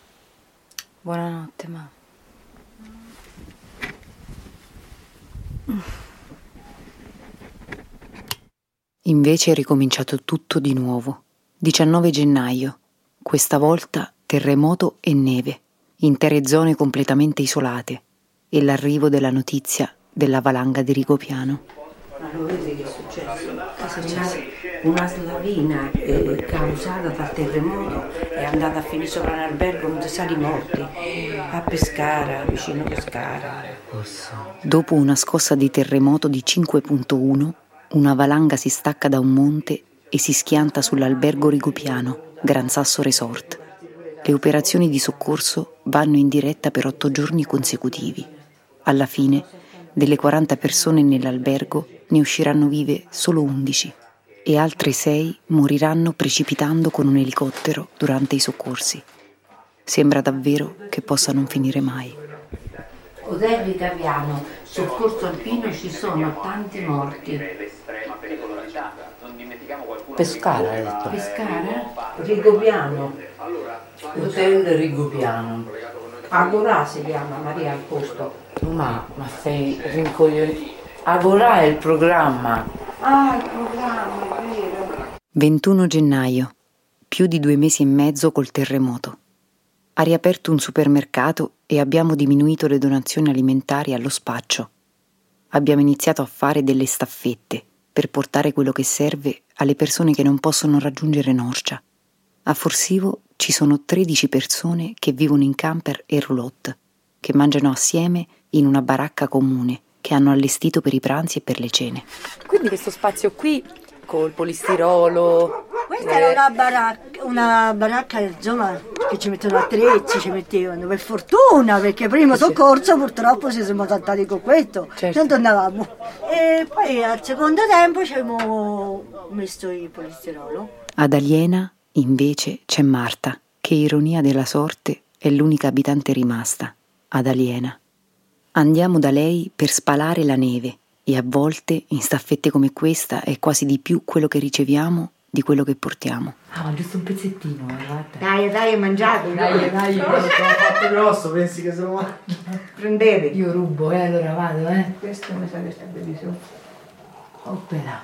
Buonanotte, ma... Invece è ricominciato tutto di nuovo. 19 gennaio. Questa volta terremoto e neve, intere zone completamente isolate, e l'arrivo della notizia della valanga di Rigopiano. Ma lo vedi che è successo? Una slavina causata dal terremoto è andata a finire sopra un albergo, non si sa di morti, a Pescara, vicino a Pescara. Dopo una scossa di terremoto di 5.1, una valanga si stacca da un monte e si schianta sull'albergo Rigopiano, Gran Sasso Resort. Le operazioni di soccorso vanno in diretta per 8 giorni consecutivi. Alla fine, delle 40 persone nell'albergo ne usciranno vive solo 11 e altre 6 moriranno precipitando con un elicottero durante i soccorsi. Sembra davvero che possa non finire mai. Hotel Rigopiano, soccorso alpino, ci sono tanti morti. Pescara, hai detto? Pescara? Rigopiano. Hotel Rigopiano. Agorà si chiama, Maria al posto. Ma sei rincoglionito. Agorà è il programma. Ah, il programma, è vero. 21 gennaio. Più di 2 mesi e mezzo col terremoto. Ha riaperto un supermercato e abbiamo diminuito le donazioni alimentari allo spaccio. Abbiamo iniziato a fare delle staffette per portare quello che serve alle persone che non possono raggiungere Norcia. A Forsivo ci sono 13 persone che vivono in camper e roulotte, che mangiano assieme in una baracca comune che hanno allestito per i pranzi e per le cene. Quindi questo spazio qui col polistirolo. Questa era una baracca insomma, che ci mettono attrezzi, ci mettevano, per fortuna, perché il primo soccorso purtroppo si sono saltati con questo, non tornavamo. E poi al secondo tempo ci abbiamo messo il polistirolo. Ad Aliena, invece, c'è Marta, che ironia della sorte è l'unica abitante rimasta, ad Aliena. Andiamo da lei per spalare la neve e a volte, in staffette come questa, è quasi di più quello che riceviamo di quello che portiamo. Ah, ma giusto un pezzettino, guarda. Dai, mangiate. Dai, l'ho fatto grosso, pensi che sono... Prendete. Io rubo, allora vado, Questo mi sa che sta benissimo. Opera.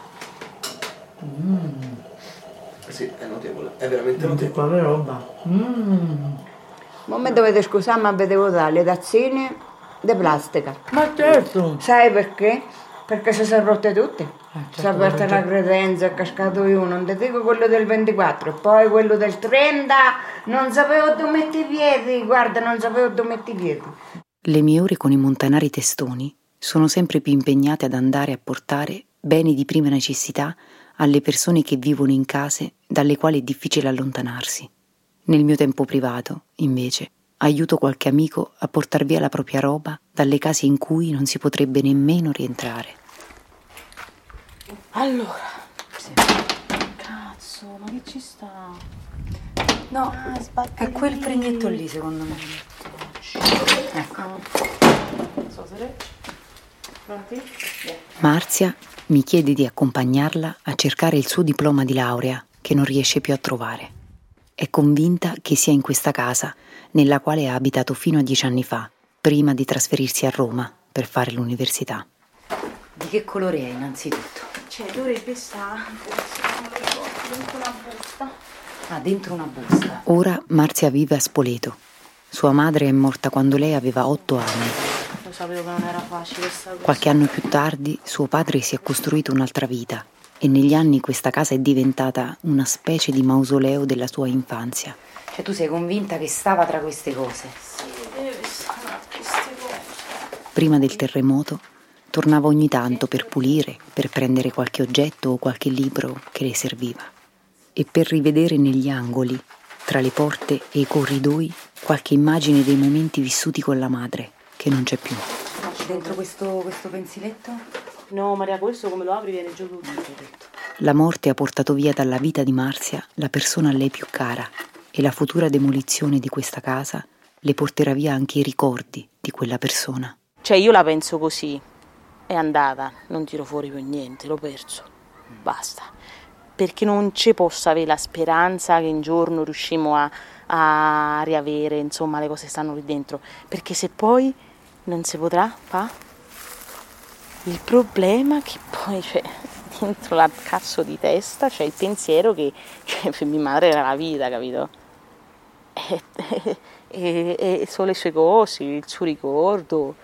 Sì, è notevole, è veramente notevole. Quale roba. Ma me dovete scusare, ma vedevo le tazzine di plastica. Ma certo. Sai perché? Perché si sono rotte tutte. Si è aperta la credenza, è cascato io, non ti dico quello del 24, e poi quello del 30, non sapevo dove metti i piedi, guarda, non sapevo dove metti i piedi. Le mie ore con i montanari testoni sono sempre più impegnate ad andare a portare beni di prima necessità alle persone che vivono in case dalle quali è difficile allontanarsi. Nel mio tempo privato, invece, aiuto qualche amico a portar via la propria roba dalle case in cui non si potrebbe nemmeno rientrare. Allora, cazzo, ma che ci sta? No, è quel fregnetto lì secondo me. Ecco. Non so se pronti? Marzia mi chiede di accompagnarla a cercare il suo diploma di laurea che non riesce più a trovare. È convinta che sia in questa casa nella quale ha abitato fino a 10 anni fa, prima di trasferirsi a Roma per fare l'università. Di che colore è innanzitutto? Cioè, dovrebbe stare dentro una busta. Ah, dentro una busta. Ora Marzia vive a Spoleto. Sua madre è morta quando lei aveva 8 anni. Lo sapevo che non era facile questa cosa. Qualche anno più tardi suo padre si è costruito un'altra vita e negli anni questa casa è diventata una specie di mausoleo della sua infanzia. Cioè tu sei convinta che stava tra queste cose? Sì, deve stare tra queste cose. Prima del terremoto tornava ogni tanto per pulire, per prendere qualche oggetto o qualche libro che le serviva e per rivedere negli angoli, tra le porte e i corridoi, qualche immagine dei momenti vissuti con la madre, che non c'è più. Dentro questo pensiletto? No, Maria, questo come lo apri viene giù tutto. La morte ha portato via dalla vita di Marzia la persona a lei più cara e la futura demolizione di questa casa le porterà via anche i ricordi di quella persona. Cioè io la penso così, è andata, non tiro fuori più niente, l'ho perso, basta. Perché non ci posso avere la speranza che un giorno riuscimo a riavere, insomma, le cose stanno lì dentro. Perché se poi non si potrà fare, il problema è che poi, dentro la cazzo di testa c'è il pensiero che per mia madre era la vita, capito? E solo le sue cose, il suo ricordo.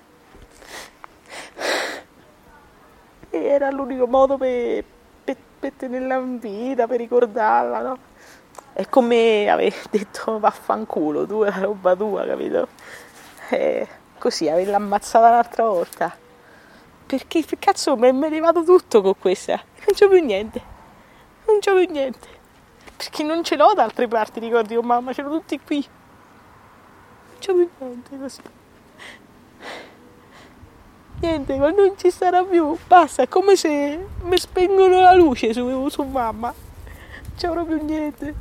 E era l'unico modo per tenerla in vita, per ricordarla, no? È come aver detto vaffanculo, tu è la roba tua, capito? E così, averla ammazzata un'altra volta. Perché cazzo mi è arrivato tutto con questa? Non c'ho più niente. Non c'ho più niente. Perché non ce l'ho da altre parti, ricordi con mamma, ce l'ho tutti qui. Non c'ho più niente così. Niente, ma non ci sarà più. Basta, è come se mi spengono la luce su mamma. Non c'è proprio niente.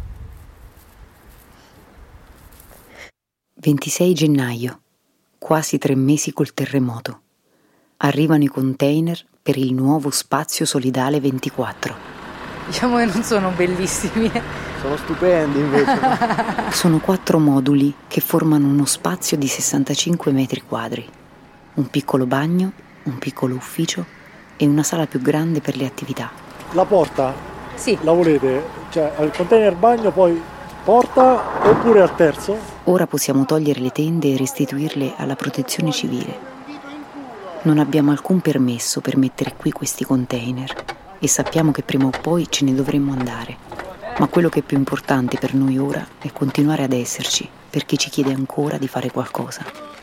26 gennaio, quasi 3 mesi col terremoto. Arrivano i container per il nuovo spazio solidale 24. Diciamo che non sono bellissimi. Sono stupendi invece. Sono 4 moduli che formano uno spazio di 65 metri quadri. Un piccolo bagno, un piccolo ufficio e una sala più grande per le attività. La porta? Sì. La volete? Cioè al container bagno poi porta oppure al terzo? Ora possiamo togliere le tende e restituirle alla protezione civile. Non abbiamo alcun permesso per mettere qui questi container e sappiamo che prima o poi ce ne dovremmo andare. Ma quello che è più importante per noi ora è continuare ad esserci per chi ci chiede ancora di fare qualcosa.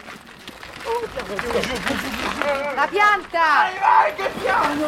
La pianta! Vai, che piano!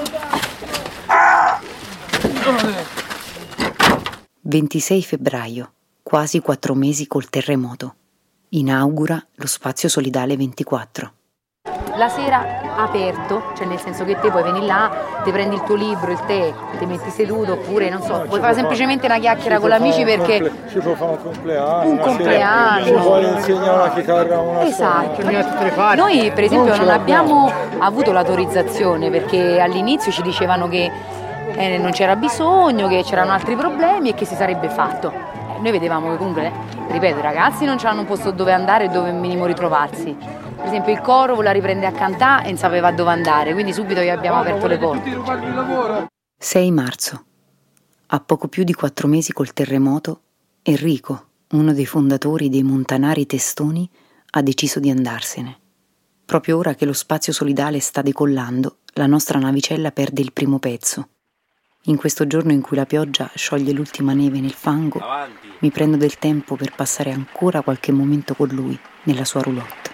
26 febbraio, quasi 4 mesi col terremoto. Inaugura lo spazio solidale 24. La sera aperto, cioè nel senso che te puoi venire là, ti prendi il tuo libro, il tè, ti metti seduto oppure non so, puoi fare semplicemente una chiacchiera con gli amici perché ci può fare un compleanno. Un compleanno. Ci vuole insegnare una chitarra, una esatto. Noi per esempio non abbiamo avuto l'autorizzazione perché all'inizio ci dicevano che non c'era bisogno, che c'erano altri problemi e che si sarebbe fatto. Noi vedevamo che comunque, ripeto, i ragazzi non c'hanno un posto dove andare e dove minimo ritrovarsi. Per esempio il coro voleva riprendere a cantare e non sapeva dove andare, quindi subito gli abbiamo aperto le porte. 6 marzo. A poco più di 4 mesi col terremoto, Enrico, uno dei fondatori dei Montanari Testoni, ha deciso di andarsene. Proprio ora che lo spazio solidale sta decollando, la nostra navicella perde il primo pezzo. In questo giorno in cui la pioggia scioglie l'ultima neve nel fango, mi prendo del tempo per passare ancora qualche momento con lui nella sua roulotte.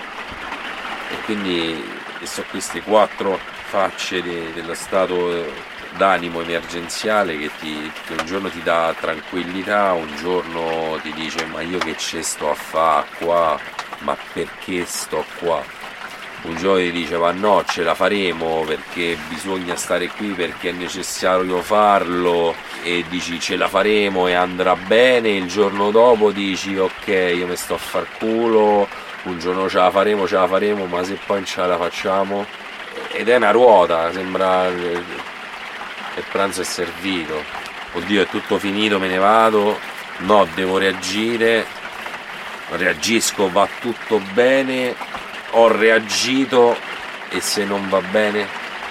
E quindi sono queste 4 facce dello stato d'animo emergenziale che un giorno ti dà tranquillità, un giorno ti dice ma io che ce sto a fare qua, ma perché sto qua? Un giorno ti dice ma no, ce la faremo perché bisogna stare qui, perché è necessario farlo, e dici ce la faremo e andrà bene. Il giorno dopo dici ok, io mi sto a far culo, un giorno ce la faremo, ma se poi non ce la facciamo, ed è una ruota, sembra il pranzo è servito, oddio è tutto finito, me ne vado, no, devo reagire, reagisco, va tutto bene, ho reagito e se non va bene?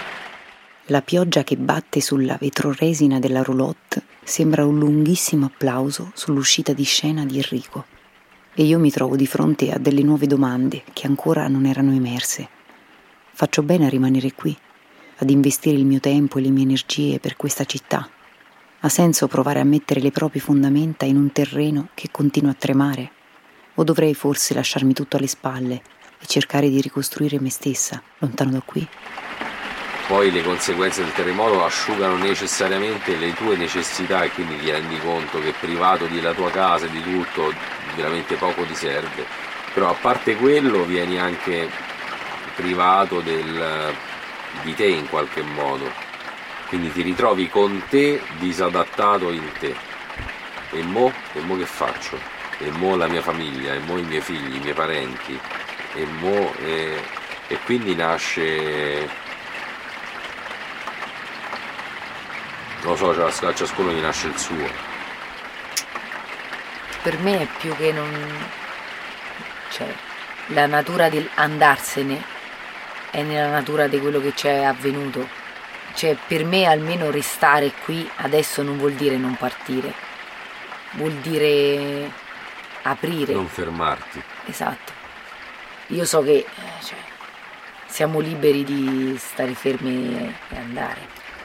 La pioggia che batte sulla vetroresina della roulotte sembra un lunghissimo applauso sull'uscita di scena di Enrico. E io mi trovo di fronte a delle nuove domande che ancora non erano emerse. Faccio bene a rimanere qui, ad investire il mio tempo e le mie energie per questa città? Ha senso provare a mettere le proprie fondamenta in un terreno che continua a tremare? O dovrei forse lasciarmi tutto alle spalle e cercare di ricostruire me stessa, lontano da qui? Poi le conseguenze del terremoto asciugano necessariamente le tue necessità e quindi ti rendi conto che privato della tua casa e di tutto veramente poco ti serve, però a parte quello vieni anche privato di te in qualche modo, quindi ti ritrovi con te disadattato in te. E mo che faccio? E mo la mia famiglia, e mo i miei figli, i miei parenti, e quindi nasce, non lo so, a ciascuno gli nasce il suo. Per me è più che non, cioè la natura di andarsene è nella natura di quello che ci è avvenuto, Cioè, per me almeno restare qui adesso non vuol dire non partire, vuol dire aprire. Non fermarti. Esatto. Io so che siamo liberi di stare fermi e andare.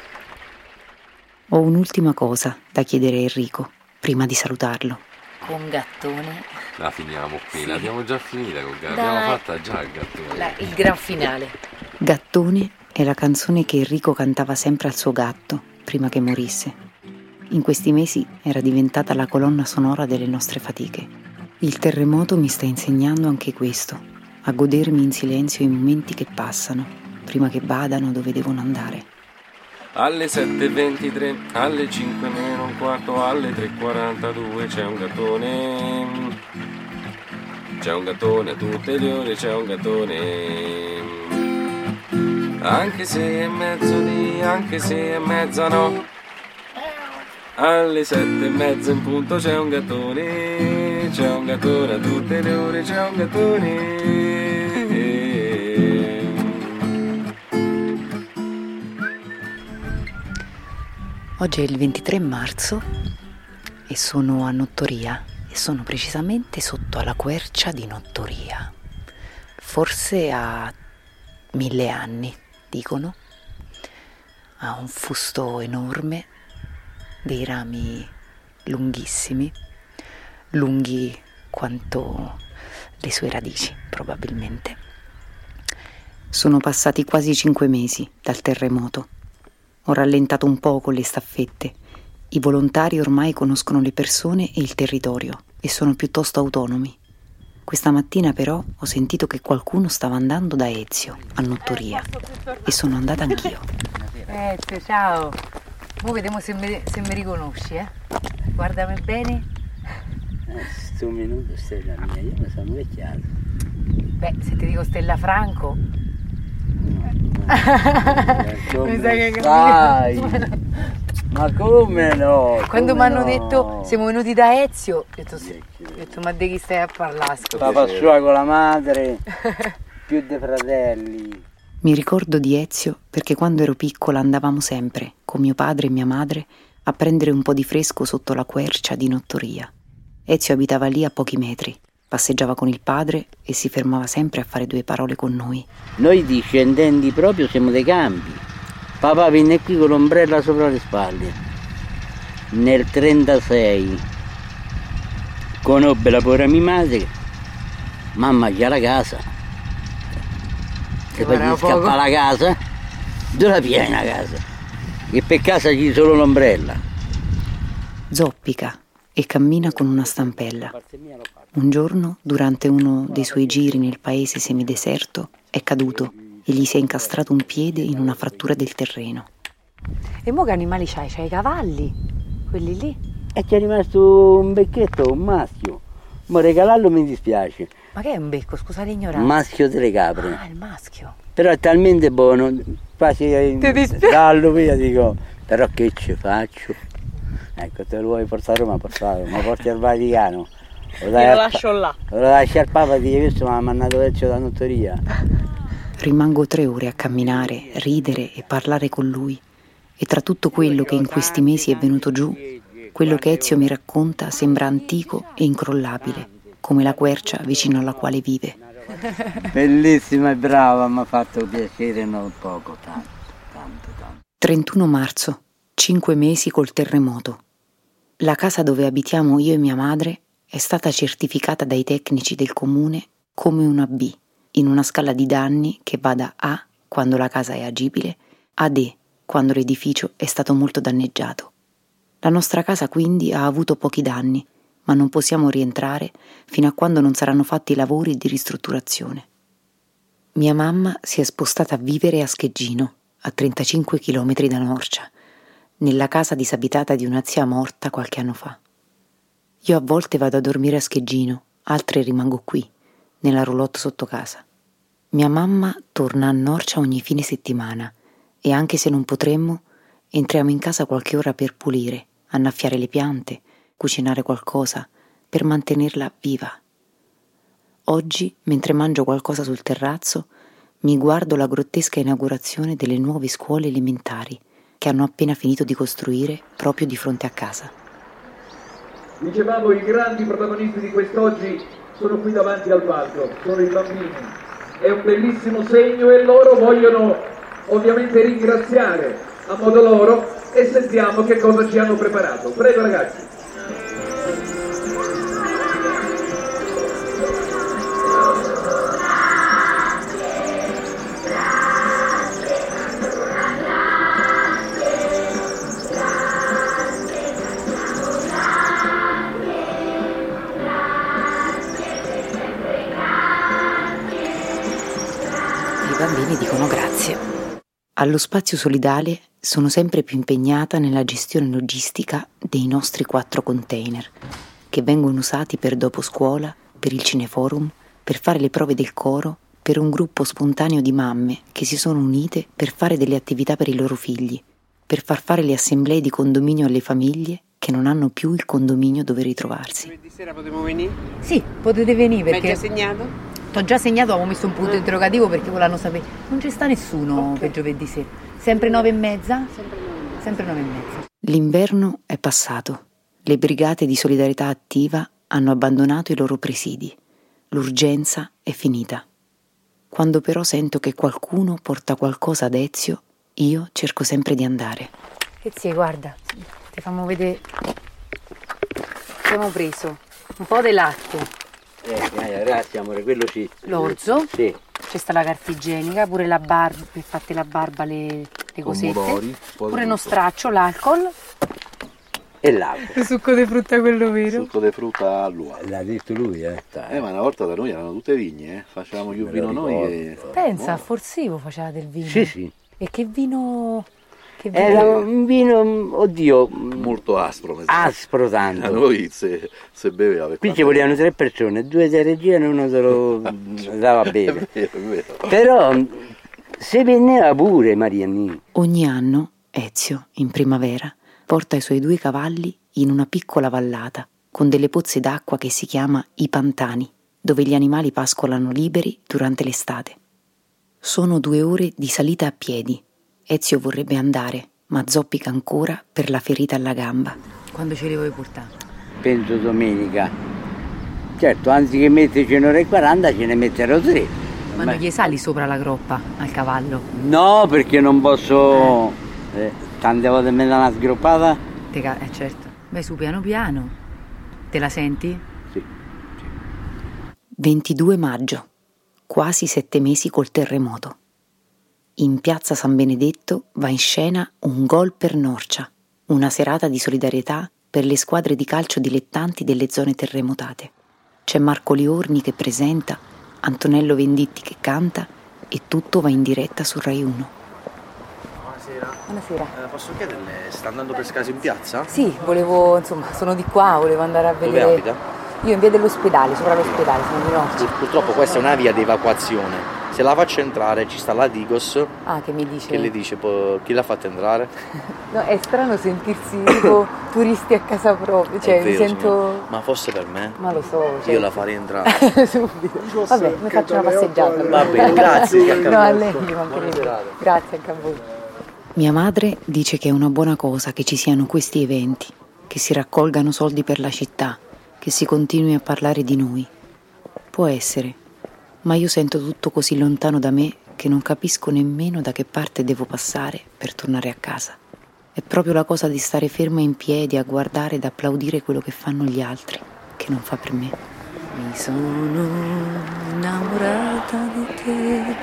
Ho un'ultima cosa da chiedere a Enrico, prima di salutarlo. Con Gattone. La finiamo qui, Sì. l'abbiamo già finita con Gattone, Dai. l'abbiamo fatta già il Gattone. Il gran finale. Gattone è la canzone che Enrico cantava sempre al suo gatto, prima che morisse. In questi mesi era diventata la colonna sonora delle nostre fatiche. Il terremoto mi sta insegnando anche questo, a godermi in silenzio i momenti che passano, prima che vadano dove devono andare. Alle 7:23, alle 5 meno un quarto, alle 3:42 c'è un gattone. C'è un gattone a tutte le ore, c'è un gattone. Anche se è mezzodì, anche se è mezzanotte. Alle 7:30 in punto c'è un gattone. C'è un gattone a tutte le ore, c'è un gattone. Oggi è il 23 marzo e sono a Nottoria e sono precisamente sotto alla quercia di Nottoria. Forse ha 1000 anni, dicono. Ha un fusto enorme, dei rami lunghissimi, lunghi quanto le sue radici, probabilmente. Sono passati quasi 5 mesi dal terremoto. Ho rallentato un po' con le staffette. I volontari ormai conoscono le persone e il territorio e sono piuttosto autonomi. Questa mattina però ho sentito che qualcuno stava andando da Ezio a Nottoria e sono andata anch'io. Ezio, ciao. Mo vediamo se mi riconosci, eh? Guardami bene. Sto minuto Stella mia, io mi sono vecchiato. Beh, se ti dico Stella Franco. Mi sa che ma come no? Quando mi hanno detto siamo venuti da Ezio, ho detto ma di chi stai a parlare? Papà sua con la madre, più dei fratelli. Mi ricordo di Ezio perché quando ero piccola andavamo sempre, con mio padre e mia madre, a prendere un po' di fresco sotto la quercia di Nottoria. Ezio abitava lì a pochi metri, passeggiava con il padre e si fermava sempre a fare 2 parole con noi. Noi discendenti proprio siamo dei campi. Papà venne qui con l'ombrella sopra le spalle. Nel 36 conobbe la povera mia madre, mamma già la casa. E poi gli scappa la casa, dove la piena casa. E per casa c'è solo l'ombrella. Zoppica e cammina con una stampella. Un giorno, durante uno dei suoi giri nel paese semideserto, è caduto e gli si è incastrato un piede in una frattura del terreno. E mo che animali c'hai? C'hai i cavalli? Quelli lì? E c'è rimasto un becchetto, un maschio. Ma regalarlo mi dispiace. Ma che è un becco? Scusa l'ignoranza. Maschio delle capre. Ah, il maschio. Però è talmente buono, quasi dallo via dico, però che ci faccio? Ecco, te lo vuoi portare a Roma, portare, ma porti al Vaticano. Lo lascio là. Lo lasci al Papa e dici, questo mi ha mandato Ezio da Nottoria. Rimango 3 ore a camminare, ridere e parlare con lui. E tra tutto quello che in questi mesi è venuto giù, quello che Ezio mi racconta sembra antico e incrollabile, come la quercia vicino alla quale vive. Bellissima e brava, mi ha fatto piacere non poco, tanto. 31 marzo, 5 mesi col terremoto. La casa dove abitiamo io e mia madre è stata certificata dai tecnici del comune come una B, in una scala di danni che va da A, quando la casa è agibile, a D, quando l'edificio è stato molto danneggiato. La nostra casa quindi ha avuto pochi danni, ma non possiamo rientrare fino a quando non saranno fatti i lavori di ristrutturazione. Mia mamma si è spostata a vivere a Scheggino, a 35 chilometri da Norcia, nella casa disabitata di una zia morta qualche anno fa. Io a volte vado a dormire a Scheggino, altre rimango qui, nella roulotte sotto casa. Mia mamma torna a Norcia ogni fine settimana e anche se non potremmo, entriamo in casa qualche ora per pulire, annaffiare le piante, cucinare qualcosa, per mantenerla viva. Oggi, mentre mangio qualcosa sul terrazzo, Mi guardo la grottesca inaugurazione delle nuove scuole elementari che hanno appena finito di costruire proprio di fronte a casa. Dicevamo, i grandi protagonisti di quest'oggi sono qui davanti al palco, sono i bambini. È un bellissimo segno e loro vogliono ovviamente ringraziare a modo loro e sentiamo che cosa ci hanno preparato. Prego ragazzi. I bambini dicono grazie. Allo Spazio Solidale sono sempre più impegnata nella gestione logistica dei nostri 4 container, che vengono usati per dopo scuola, per il cineforum, per fare le prove del coro, per un gruppo spontaneo di mamme che si sono unite per fare delle attività per i loro figli, per far fare le assemblee di condominio alle famiglie che non hanno più il condominio dove ritrovarsi. Giovedì sera potremo venire? Sì, potete venire perché... Mi hai già segnato? T'ho già segnato, avevo messo un punto interrogativo perché volevano sapere. Non ci sta nessuno per giovedì sera. Sempre 9:30? Sempre 9:30. L'inverno è passato. Le brigate di solidarietà attiva hanno abbandonato i loro presidi. L'urgenza è finita. Quando però sento che qualcuno porta qualcosa ad Ezio, io cerco sempre di andare. Ezio, guarda, ti facciamo vedere. Abbiamo preso un po' di latte. Grazie amore, quello sì. L'orzo. Sì. C'è sta la carta igienica, pure la barba, per fatte la barba, le cosette. Pomodori, pure uno straccio, l'alcol. E l'acqua. Il succo di frutta, quello vero. Succo di frutta all'uovo. L'ha detto lui, Ma una volta da noi erano tutte vigne, facevamo il vino noi e... Pensa, a Forsivo faceva del vino. Sì. E che vino... Era un vino, oddio, molto aspro. Aspro tanto. A noi se beveva. Qui ci volevano 3 persone, 2 se reggevano e uno se lo dava a bere. È vero. Però se veniva pure Marianni. Ogni anno Ezio, in primavera, porta i suoi 2 cavalli in una piccola vallata con delle pozze d'acqua che si chiama i pantani, dove gli animali pascolano liberi durante l'estate. Sono 2 ore di salita a piedi. Ezio vorrebbe andare, ma zoppica ancora per la ferita alla gamba. Quando ce li vuoi portare? Penso domenica. Certo, anziché metterci 1:40 ce ne metterò 3. Ma non gli sali sopra la groppa al cavallo? No, perché non posso... tante volte mi dà una sgroppata. Certo. Vai su piano piano. Te la senti? Sì. 22 maggio. Quasi 7 mesi col terremoto. In piazza San Benedetto va in scena un gol per Norcia, una serata di solidarietà per le squadre di calcio dilettanti delle zone terremotate. C'è Marco Liorni che presenta, Antonello Venditti che canta e tutto va in diretta su Rai 1. Buonasera. Posso chiederle, sta andando per caso in piazza? Sì, sono di qua, volevo andare a vedere... Dove abita? Io in via dell'ospedale, sopra l'ospedale, sono di Norcia. Purtroppo questa è una via di evacuazione. Se la faccio entrare ci sta la Digos. Che mi dice? Che le dice, chi l'ha fatta entrare? No, è strano sentirsi tipo turisti a casa propria, cioè mi sento... Signora. Ma fosse per me? Ma lo so, certo. Io la farei entrare. Subito. Vabbè, mi faccio una passeggiata. Va bene, grazie. No, a lei, grazie anche a voi. Mia madre dice che è una buona cosa che ci siano questi eventi, che si raccolgano soldi per la città, che si continui a parlare di noi. Può essere, ma io sento tutto così lontano da me che non capisco nemmeno da che parte devo passare per tornare a casa. È proprio la cosa di stare ferma in piedi a guardare ed applaudire quello che fanno gli altri, che non fa per me. Mi sono innamorata di te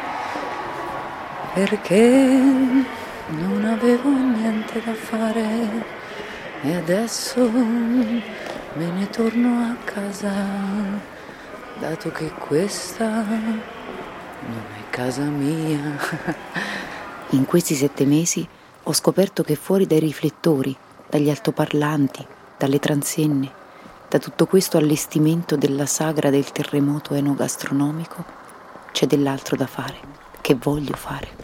perché non avevo niente da fare e adesso me ne torno a casa, dato che questa non è casa mia. In questi 7 mesi ho scoperto che fuori dai riflettori, dagli altoparlanti, dalle transenne, da tutto questo allestimento della sagra del terremoto enogastronomico, c'è dell'altro da fare, che voglio fare.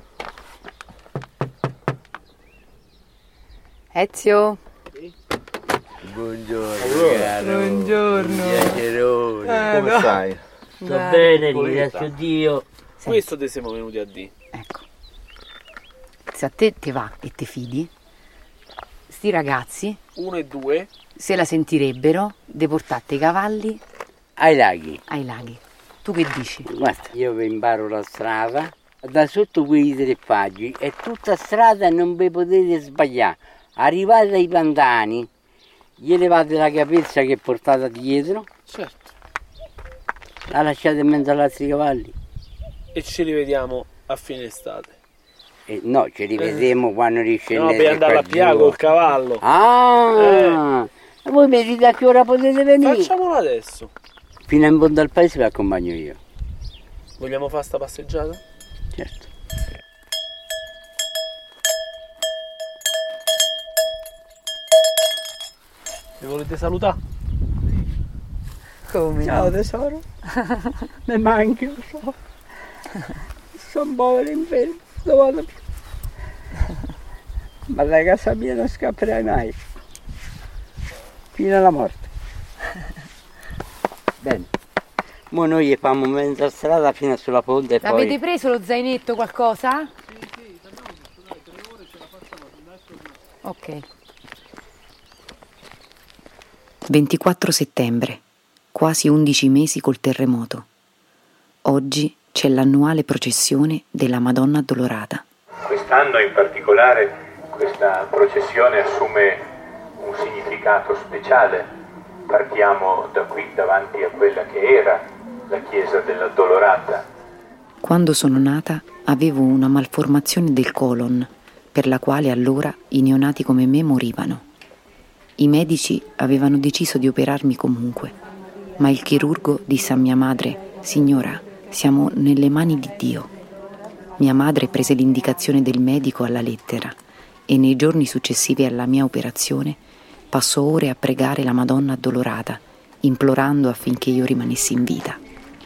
Ezio? Buongiorno, caro. Buongiorno. Come no. stai? Sto bene, ringrazio Dio. Questo te siamo venuti a dire. Ecco. Se a te va e te fidi, sti ragazzi 1 e 2 se la sentirebbero di portare i cavalli ai laghi. Tu che dici? Guarda, io vi imparo la strada, da sotto quei 3 faggi è tutta strada e non vi potete sbagliare. Arrivate ai pantani, gli levate la capezza che è portata dietro, certo, la lasciate in mezzo agli altri cavalli. E ci rivediamo a fine estate. No, ci rivedremo quando riscendete. No, per andare a Pia col cavallo. Voi mi dite a che ora potete venire? Facciamolo adesso. Fino in fondo al paese vi accompagno io. Vogliamo fare sta passeggiata? Certo. Mi volete salutare? Come? Ciao tesoro. Mi manchi, lo so. Sono povero infermo, non vado più. Ma da casa mia non scapperai mai. Fino alla morte. Bene. Mo noi facciamo mezza strada fino sulla ponte e poi... L'avete preso lo zainetto qualcosa? Sì, dai, 3 ore ce la facciamo a letto. Ok. 24 settembre, quasi 11 mesi col terremoto. Oggi c'è l'annuale processione della Madonna Addolorata. Quest'anno in particolare questa processione assume un significato speciale. Partiamo da qui, davanti a quella che era la chiesa dell'Addolorata. Quando sono nata avevo una malformazione del colon, per la quale allora i neonati come me morivano. I medici avevano deciso di operarmi comunque, ma il chirurgo disse a mia madre: «Signora, siamo nelle mani di Dio». Mia madre prese l'indicazione del medico alla lettera e nei giorni successivi alla mia operazione passò ore a pregare la Madonna Addolorata, implorando affinché io rimanessi in vita.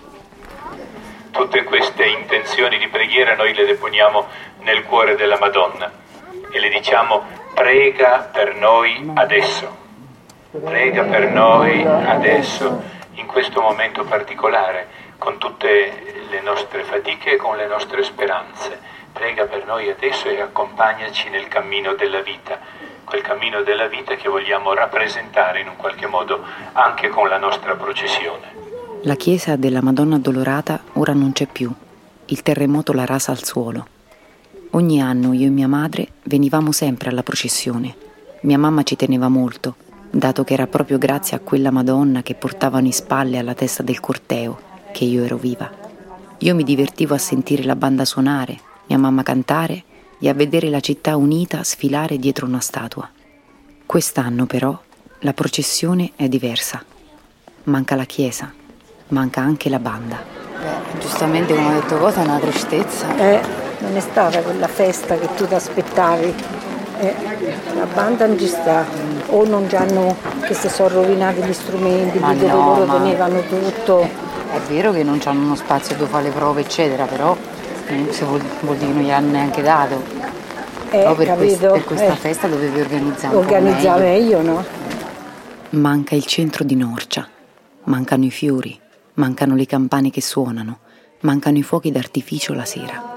Tutte queste intenzioni di preghiera noi le deponiamo nel cuore della Madonna e le diciamo: prega per noi adesso, prega per noi adesso, in questo momento particolare, con tutte le nostre fatiche e con le nostre speranze. Prega per noi adesso e accompagnaci nel cammino della vita, quel cammino della vita che vogliamo rappresentare in un qualche modo anche con la nostra processione. La chiesa della Madonna Addolorata ora non c'è più, il terremoto l'ha rasa al suolo. Ogni anno io e mia madre venivamo sempre alla processione. Mia mamma ci teneva molto, dato che era proprio grazie a quella Madonna che portavano in spalle alla testa del corteo che io ero viva. Io mi divertivo a sentire la banda suonare, mia mamma cantare e a vedere la città unita sfilare dietro una statua. Quest'anno però la processione è diversa. Manca la chiesa, manca anche la banda. Giustamente, come ho detto, cosa è una tristezza. Non è stata quella festa che tu ti aspettavi. La banda non ci sta. O non già che si sono rovinati gli strumenti, dove loro tenevano tutto. È vero che non hanno uno spazio dove fare le prove, eccetera, però se vuol dire che non gli hanno neanche dato. Però per questa festa dovevi organizzare meglio, no? Manca il centro di Norcia, mancano i fiori, mancano le campane che suonano, mancano i fuochi d'artificio la sera.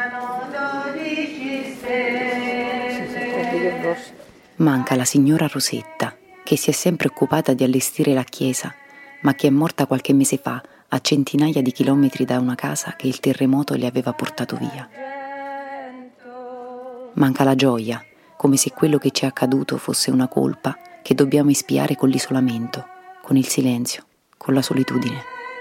Manca la signora Rosetta, che si è sempre occupata di allestire la chiesa, ma che è morta qualche mese fa a centinaia di chilometri da una casa che il terremoto le aveva portato via. Manca la gioia, come se quello che ci è accaduto fosse una colpa che dobbiamo espiare con l'isolamento, con il silenzio, con la solitudine.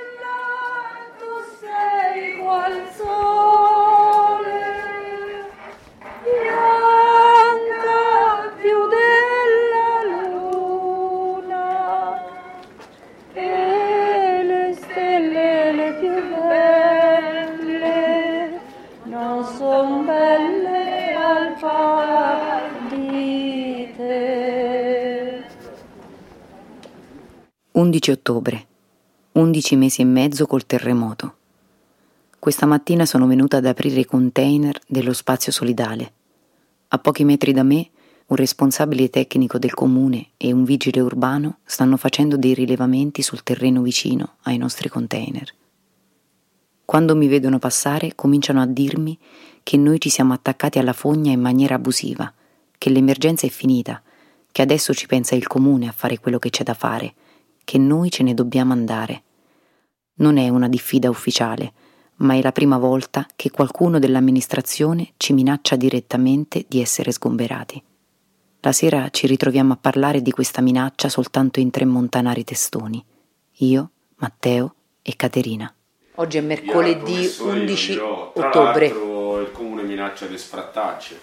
Ottobre, 11 mesi e mezzo col terremoto. Questa mattina sono venuta ad aprire i container dello spazio solidale. A pochi metri da me, un responsabile tecnico del comune e un vigile urbano stanno facendo dei rilevamenti sul terreno vicino ai nostri container. Quando mi vedono passare cominciano a dirmi che noi ci siamo attaccati alla fogna in maniera abusiva, che l'emergenza è finita, che adesso ci pensa il comune a fare quello che c'è da fare, che noi ce ne dobbiamo andare. Non è una diffida ufficiale, ma è la prima volta che qualcuno dell'amministrazione ci minaccia direttamente di essere sgomberati. La sera ci ritroviamo a parlare di questa minaccia soltanto in 3 montanari testoni, io, Matteo e Caterina. Oggi è mercoledì 11 Tra ottobre. l'altro il comune minaccia di sfrattacce.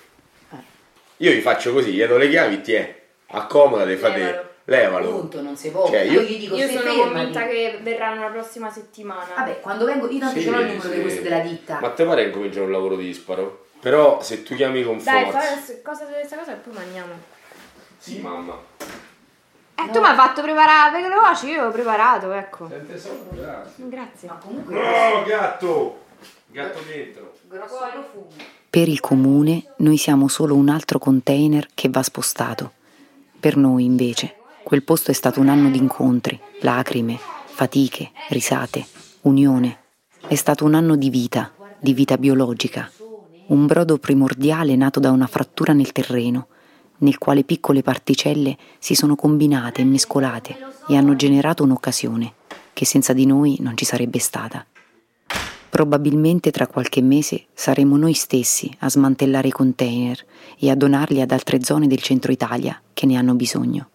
Io vi faccio così, gli do le chiavi, accomodate, fate... Levalo. Punto, non si può. Cioè, io gli dico, io se sono fermati. convinta che verranno la prossima settimana. Vabbè, quando vengo io tanto ce l'ho il numero di questo della ditta. Ma te pare che cominciano un lavoro disparo? Però se tu chiami con Dai, forza... fai cosa di questa cosa e poi mangiamo. Sì, mamma. Tu mi hai fatto preparare, perché lo faccio, io ho preparato, ecco. Sente solo, grazie. Grazie. Ma comunque... No, gatto! Gatto dentro. Grosso profumo. Per il comune noi siamo solo un altro container che va spostato. Per noi, invece, quel posto è stato un anno di incontri, lacrime, fatiche, risate, unione. È stato un anno di vita biologica. Un brodo primordiale nato da una frattura nel terreno, nel quale piccole particelle si sono combinate e mescolate e hanno generato un'occasione che senza di noi non ci sarebbe stata. Probabilmente tra qualche mese saremo noi stessi a smantellare i container e a donarli ad altre zone del centro Italia che ne hanno bisogno.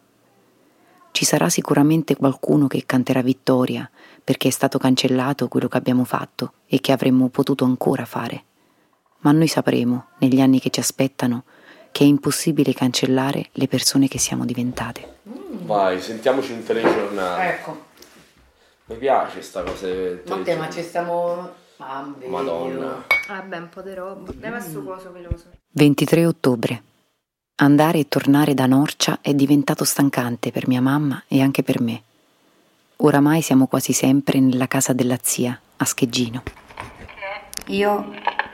Ci sarà sicuramente qualcuno che canterà vittoria perché è stato cancellato quello che abbiamo fatto e che avremmo potuto ancora fare. Ma noi sapremo, negli anni che ci aspettano, che è impossibile cancellare le persone che siamo diventate. Vai, sentiamoci un telegiornale. Ecco. Mi piace sta cosa. Ma ci stiamo... Madonna. Vabbè, un po' di roba. Leva sto coso peloso. 23 ottobre. Andare e tornare da Norcia è diventato stancante per mia mamma e anche per me. Oramai siamo quasi sempre nella casa della zia, a Scheggino. Io...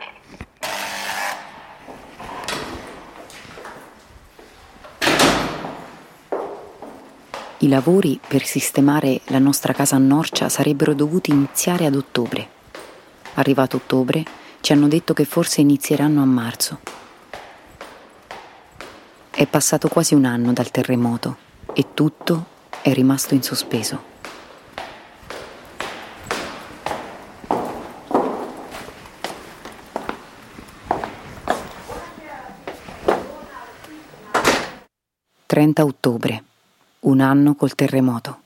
I lavori per sistemare la nostra casa a Norcia sarebbero dovuti iniziare ad ottobre. Arrivato ottobre, ci hanno detto che forse inizieranno a marzo. È passato quasi un anno dal terremoto e tutto è rimasto in sospeso. «30 ottobre. Un anno col terremoto.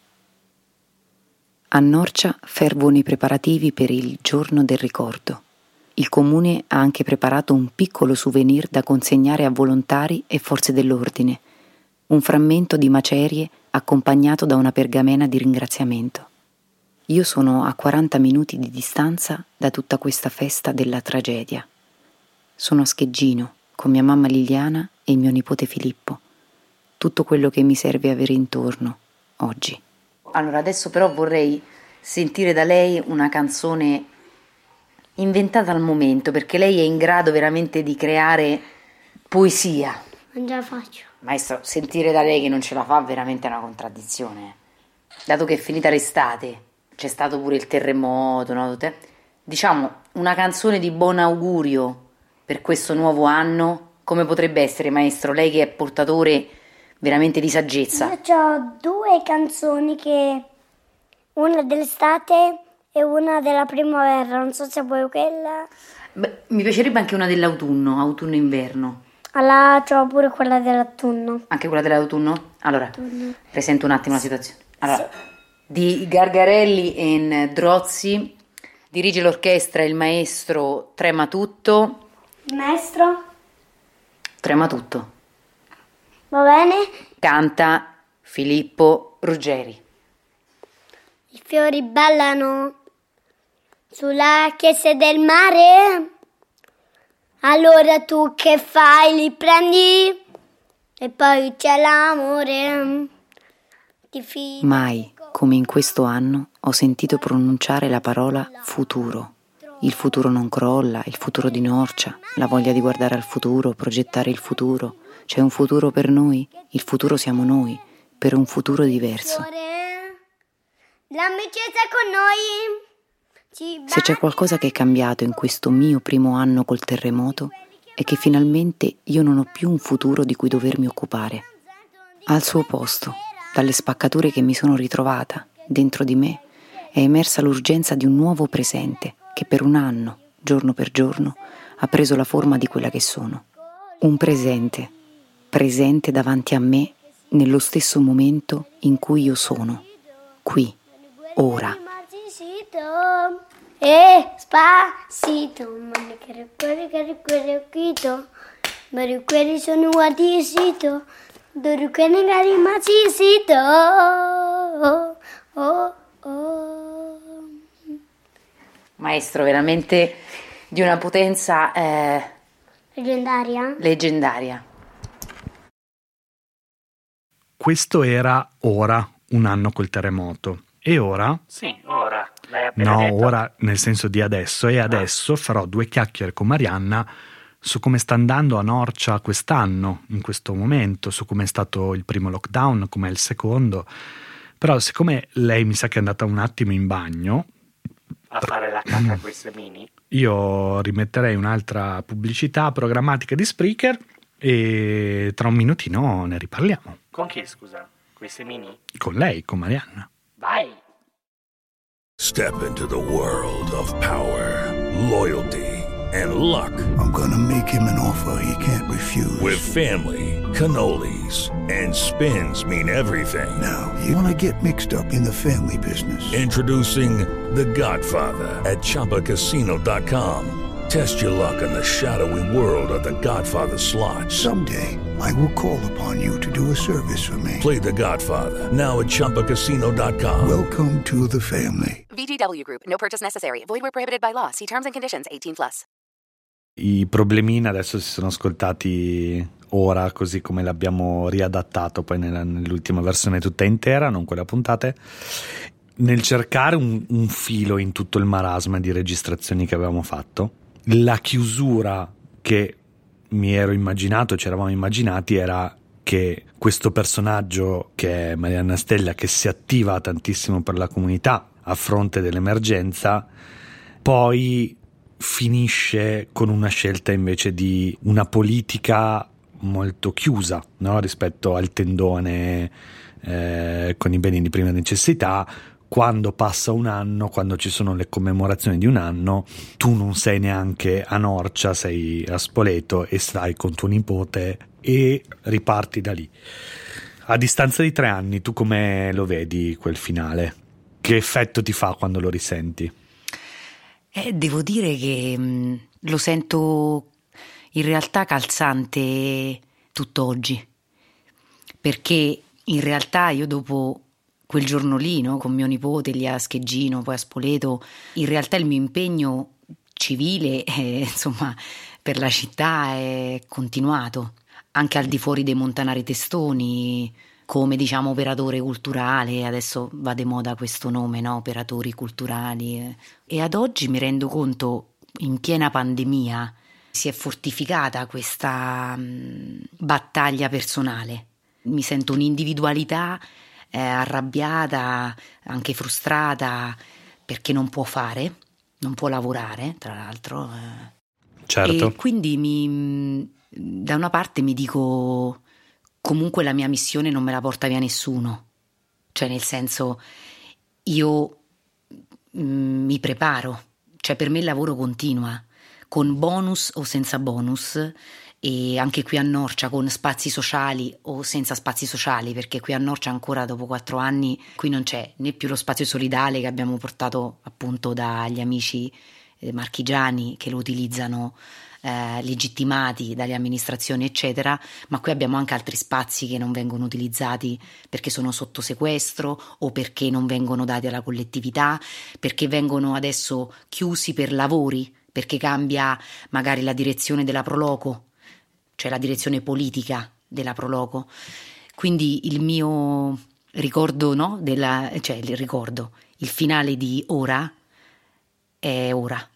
A Norcia fervono i preparativi per il giorno del ricordo. Il comune ha anche preparato un piccolo souvenir da consegnare a volontari e forze dell'ordine, un frammento di macerie accompagnato da una pergamena di ringraziamento. Io sono a 40 minuti di distanza da tutta questa festa della tragedia. Sono a Scheggino con mia mamma Liliana e il mio nipote Filippo. Tutto quello che mi serve avere intorno, oggi. Allora, adesso però vorrei sentire da lei una canzone inventata al momento, perché lei è in grado veramente di creare poesia. Non ce la faccio. Maestro, sentire da lei che non ce la fa veramente è una contraddizione. Dato che è finita l'estate, c'è stato pure il terremoto, no? Diciamo, una canzone di buon augurio per questo nuovo anno, come potrebbe essere, maestro? Lei che è portatore veramente di saggezza. Io ho 2 canzoni, che una dell'estate e una della primavera, non so se vuoi quella. Beh, mi piacerebbe anche una dell'autunno, autunno-inverno. Allora c'ho pure quella dell'autunno. Anche quella dell'autunno? Allora, presento un attimo la situazione. Allora, di Gargarelli e Drozzi, dirige l'orchestra il maestro Trematutto. Il maestro? Trematutto. Va bene? Canta Filippo Ruggeri. I fiori ballano sulla chiesa del mare. Allora tu che fai? Li prendi e poi c'è l'amore. Ti fidi. Mai, come in questo anno, ho sentito pronunciare la parola futuro. Il futuro non crolla, il futuro di Norcia, la voglia di guardare al futuro, progettare il futuro. C'è un futuro per noi, il futuro siamo noi, per un futuro diverso. L'amicizia con noi, Se c'è qualcosa che è cambiato in questo mio primo anno col terremoto, è che finalmente io non ho più un futuro di cui dovermi occupare. Al suo posto, dalle spaccature che mi sono ritrovata dentro di me, è emersa l'urgenza di un nuovo presente che per un anno, giorno per giorno, ha preso la forma di quella che sono. Un presente davanti a me nello stesso momento in cui io sono, qui, ora. Spacito, quelli sono guardisito, quelli rimacito. Maestro, veramente di una potenza leggendaria. Questo era Ora, un anno col terremoto. E ora? Sì, ora. L'hai appena detto. Ora nel senso di adesso. E adesso farò 2 chiacchiere con Marianna su come sta andando a Norcia quest'anno, in questo momento, su come è stato il primo lockdown, com'è il secondo. Però siccome lei mi sa che è andata un attimo in bagno a fare la cacca con i semini, io rimetterei un'altra pubblicità programmatica di Spreaker e tra un minutino ne riparliamo. con chi, scusa? Con i semini? Con lei, con Marianna. Vai! Step into the world of power, loyalty, and luck. I'm gonna make him an offer he can't refuse. With family, cannolis, and spins mean everything. Now, you wanna get mixed up in the family business. Introducing The Godfather at ChumbaCasino.com. Test your luck in the shadowy world of The Godfather slot. Someday, I will call upon you to do a service for me. Play The Godfather, now at ChumbaCasino.com. Welcome to the family. VGW Group. No purchase necessary. Void where prohibited by law. See terms and conditions. 18+. I problemini adesso si sono ascoltati ora, così come l'abbiamo riadattato poi nell'ultima versione tutta intera, non quelle puntate, nel cercare un filo in tutto il marasma di registrazioni che avevamo fatto. La chiusura che mi ero immaginato, ci eravamo immaginati, era che questo personaggio che è Marianna Stella, che si attiva tantissimo per la comunità a fronte dell'emergenza, poi finisce con una scelta invece di una politica molto chiusa, no? Rispetto al tendone con i beni di prima necessità. Quando passa un anno, quando ci sono le commemorazioni di un anno, tu non sei neanche a Norcia, sei a Spoleto e stai con tuo nipote e riparti da lì. A distanza di 3 anni, tu come lo vedi quel finale? Che effetto ti fa quando lo risenti? Devo dire che lo sento in realtà calzante tutt'oggi, perché in realtà io dopo quel giorno lì, no, con mio nipote lì a Scheggino, poi a Spoleto, in realtà il mio impegno civile, insomma, per la città è continuato, anche al di fuori dei Montanari Testoni, come diciamo operatore culturale, adesso va di moda questo nome, no? Operatori culturali. E ad oggi mi rendo conto, in piena pandemia, si è fortificata questa battaglia personale. Mi sento un'individualità arrabbiata, anche frustrata, perché non può fare, non può lavorare, tra l'altro. Certo. E quindi da una parte mi dico, comunque la mia missione non me la porta via nessuno, cioè nel senso, io mi preparo, cioè per me il lavoro continua, con bonus o senza bonus, e anche qui a Norcia con spazi sociali o senza spazi sociali, perché qui a Norcia ancora dopo 4 anni qui non c'è né più lo spazio solidale che abbiamo portato appunto dagli amici marchigiani che lo utilizzano legittimati dalle amministrazioni eccetera, ma qui abbiamo anche altri spazi che non vengono utilizzati perché sono sotto sequestro o perché non vengono dati alla collettività, perché vengono adesso chiusi per lavori, perché cambia magari la direzione della Proloco, cioè la direzione politica della Proloco. Quindi il mio ricordo, no? Il finale di Ora è ora.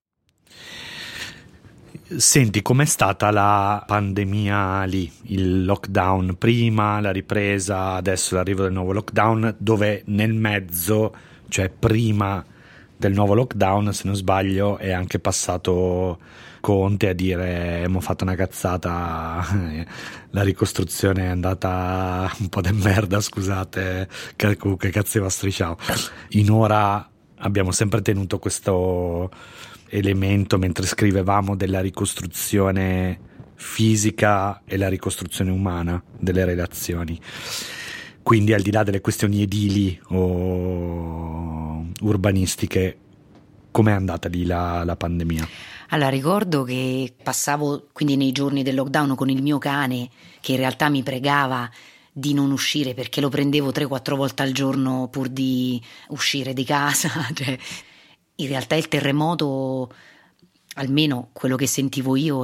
Senti, com'è stata la pandemia lì? Il lockdown prima, la ripresa, adesso l'arrivo del nuovo lockdown, dove nel mezzo, cioè prima del nuovo lockdown, se non sbaglio, è anche passato Conte a dire abbiamo fatto una cazzata, la ricostruzione è andata un po' de merda, scusate, che cazzo i vostri ciao. In ora abbiamo sempre tenuto questo elemento mentre scrivevamo della ricostruzione fisica e la ricostruzione umana delle relazioni. Quindi al di là delle questioni edili o urbanistiche, com'è andata lì la pandemia? Allora, ricordo che passavo quindi nei giorni del lockdown con il mio cane, che in realtà mi pregava di non uscire perché lo prendevo 3-4 volte al giorno pur di uscire di casa. Cioè, in realtà il terremoto, almeno quello che sentivo io,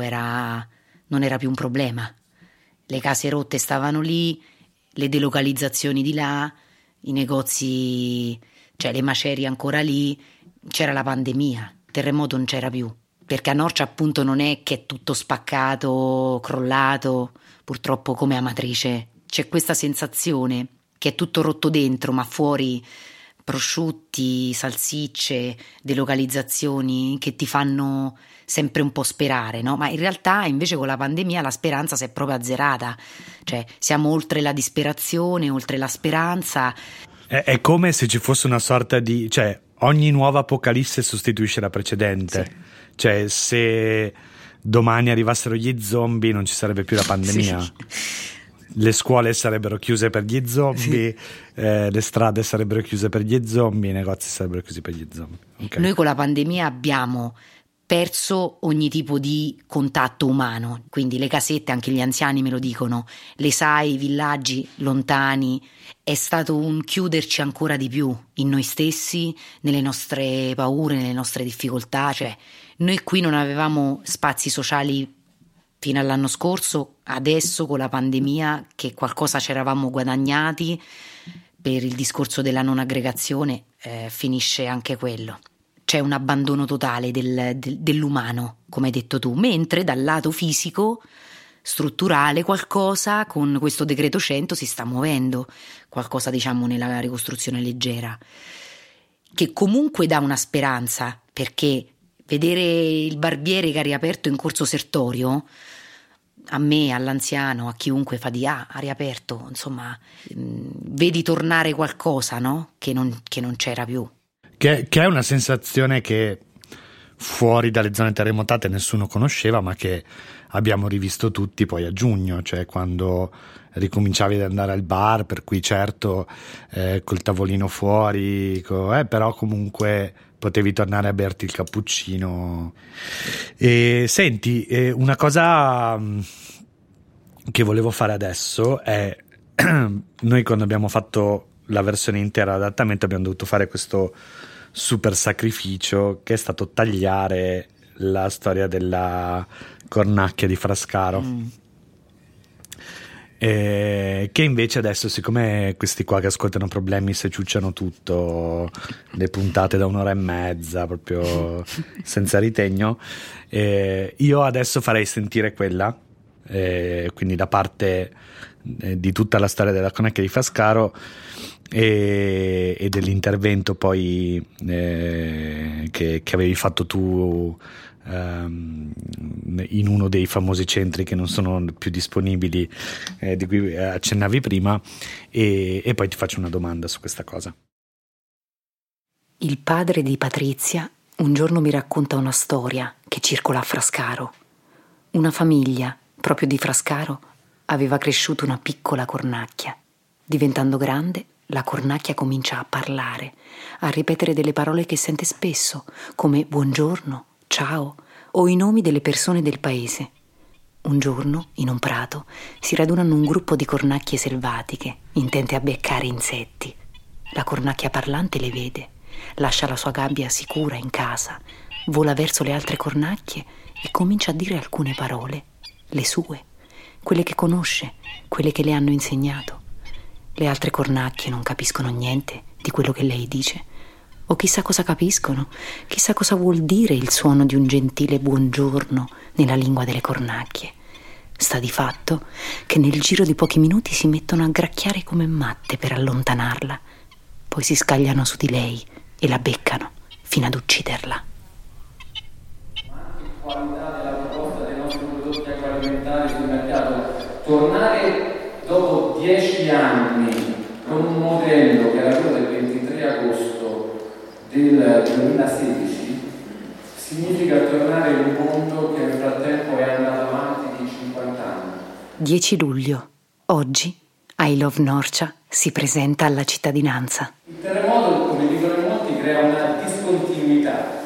non era più un problema. Le case rotte stavano lì, le delocalizzazioni di là, i negozi, cioè le macerie ancora lì, c'era la pandemia, il terremoto non c'era più. Perché a Norcia appunto non è che è tutto spaccato, crollato, purtroppo come Amatrice. C'è questa sensazione che è tutto rotto dentro, ma fuori prosciutti, salsicce, delocalizzazioni che ti fanno sempre un po' sperare, no? Ma in realtà invece con la pandemia la speranza si è proprio azzerata. Cioè siamo oltre la disperazione, oltre la speranza. È come se ci fosse una sorta di... cioè ogni nuova apocalisse sostituisce la precedente. Sì. Cioè se domani arrivassero gli zombie non ci sarebbe più la pandemia. Sì. Le scuole sarebbero chiuse per gli zombie, sì. Le strade sarebbero chiuse per gli zombie, i negozi sarebbero chiusi per gli zombie. Okay. Noi con la pandemia abbiamo perso ogni tipo di contatto umano, quindi le casette, anche gli anziani me lo dicono, le SAI, i villaggi lontani, è stato un chiuderci ancora di più in noi stessi, nelle nostre paure, nelle nostre difficoltà. Cioè noi qui non avevamo spazi sociali fino all'anno scorso, adesso con la pandemia che qualcosa ci eravamo guadagnati per il discorso della non aggregazione, finisce anche quello. C'è un abbandono totale dell'umano, come hai detto tu, mentre dal lato fisico, strutturale, qualcosa con questo decreto 100 si sta muovendo, qualcosa diciamo nella ricostruzione leggera, che comunque dà una speranza, perché vedere il barbiere che ha riaperto in Corso Sertorio, a me, all'anziano, a chiunque fa di ha riaperto, insomma, vedi tornare qualcosa, no? Che non c'era più. Che è una sensazione che fuori dalle zone terremotate nessuno conosceva, ma che abbiamo rivisto tutti poi a giugno, cioè quando ricominciavi ad andare al bar, per cui certo col tavolino fuori, però comunque potevi tornare a berti il cappuccino. E senti, una cosa che volevo fare adesso è noi quando abbiamo fatto la versione intera adattamento abbiamo dovuto fare questo super sacrificio che è stato tagliare la storia della cornacchia di Frascaro. Che invece adesso, siccome questi qua che ascoltano Problemi se ciucciano tutto le puntate da 1 ora e mezza proprio senza ritegno, io adesso farei sentire quella, quindi da parte di tutta la storia della cornacchia di Frascaro e dell'intervento poi che avevi fatto tu in uno dei famosi centri che non sono più disponibili, di cui accennavi prima, e poi ti faccio una domanda su questa cosa. Il padre di Patrizia un giorno mi racconta una storia che circola a Frascaro. Una famiglia proprio di Frascaro aveva cresciuto una piccola cornacchia. Diventando grande, la cornacchia comincia a parlare, a ripetere delle parole che sente spesso, come buongiorno, ciao, o i nomi delle persone del paese. Un giorno, in un prato, si radunano un gruppo di cornacchie selvatiche, intente a beccare insetti. La cornacchia parlante le vede, lascia la sua gabbia sicura in casa, vola verso le altre cornacchie e comincia a dire alcune parole, le sue, quelle che conosce, quelle che le hanno insegnato. Le altre cornacchie non capiscono niente di quello che lei dice, o chissà cosa capiscono, chissà cosa vuol dire il suono di un gentile buongiorno nella lingua delle cornacchie. Sta di fatto che nel giro di pochi minuti si mettono a gracchiare come matte per allontanarla, poi si scagliano su di lei e la beccano fino ad ucciderla. Qualità della proposta dei nostri prodotti agroalimentari sul mercato, tornare dopo 10 anni con un modello che era quello del 23 agosto del 2016 significa tornare in un mondo che nel frattempo è andato avanti di 50 anni. 10 luglio. Oggi I Love Norcia si presenta alla cittadinanza. Il terremoto, come dicono in molti, crea una discontinuità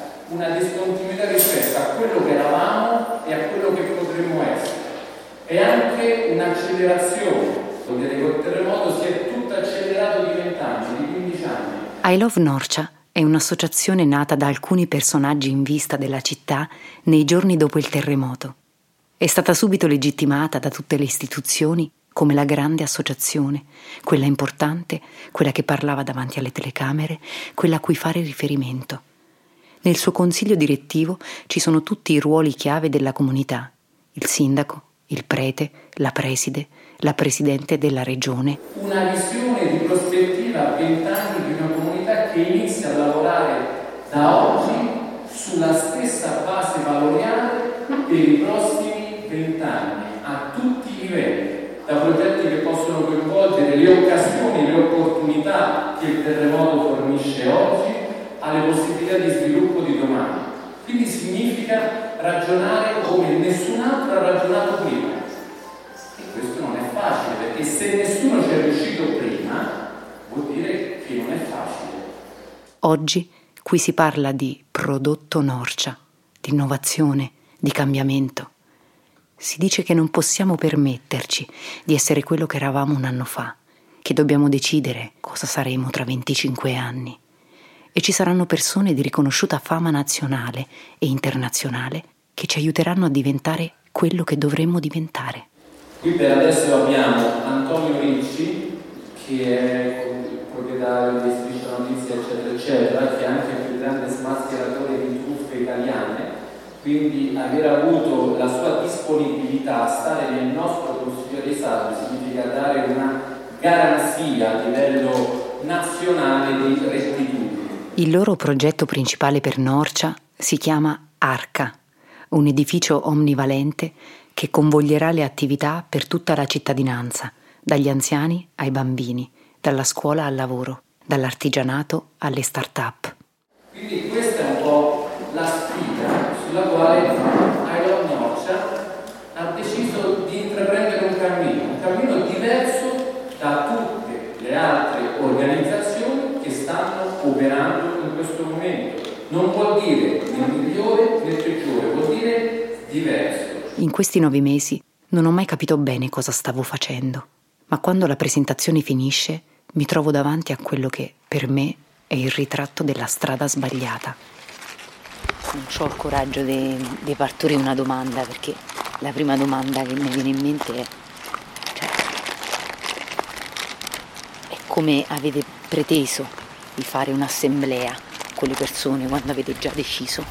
rispetto a quello che eravamo e a quello che potremmo essere. E anche un'accelerazione, vuol dire che il terremoto si è tutto accelerato di 20 anni, di 15 anni. I Love Norcia è un'associazione nata da alcuni personaggi in vista della città nei giorni dopo il terremoto. È stata subito legittimata da tutte le istituzioni come la grande associazione, quella importante, quella che parlava davanti alle telecamere, quella a cui fare riferimento. Nel suo consiglio direttivo ci sono tutti i ruoli chiave della comunità: il sindaco, il prete, la preside, la presidente della regione. Una visione di prospettiva a 20 anni di una comunità che inizia a lavorare da oggi sulla stessa base valoriale per i prossimi 20 anni, a tutti i livelli, da progetti che possono coinvolgere le occasioni, le opportunità che il terremoto fornisce oggi, alle possibilità di sviluppo di domani. Quindi significa ragionare come nessun altro ha ragionato prima. E questo non è facile, perché se nessuno ci è riuscito prima, vuol dire che non è facile. Oggi qui si parla di prodotto Norcia, di innovazione, di cambiamento. Si dice che non possiamo permetterci di essere quello che eravamo un anno fa, che dobbiamo decidere cosa saremo tra 25 anni. E ci saranno persone di riconosciuta fama nazionale e internazionale che ci aiuteranno a diventare quello che dovremmo diventare. Qui per adesso abbiamo Antonio Ricci, che è il proprietario di Striscia Notizia, eccetera, eccetera, che è anche il più grande mascheratore di truffe italiane, quindi aver avuto la sua disponibilità a stare nel nostro Consiglio dei Salvi significa dare una garanzia a livello nazionale di rettitudine. Il loro progetto principale per Norcia si chiama Arca, un edificio omnivalente che convoglierà le attività per tutta la cittadinanza, dagli anziani ai bambini, dalla scuola al lavoro, dall'artigianato alle start-up. Quindi questa è un po' la sfida sulla quale I Love Norcia ha deciso di intraprendere un cammino diverso da tutte le altre organizzazioni che stanno operando in questo momento. Non vuol dire né migliore né peggiore, vuol dire diverso. In questi 9 mesi non ho mai capito bene cosa stavo facendo, ma quando la presentazione finisce mi trovo davanti a quello che per me è il ritratto della strada sbagliata. Non ho il coraggio di partorire una domanda, perché la prima domanda che mi viene in mente è come avete preteso di fare un'assemblea con le persone quando avete già deciso?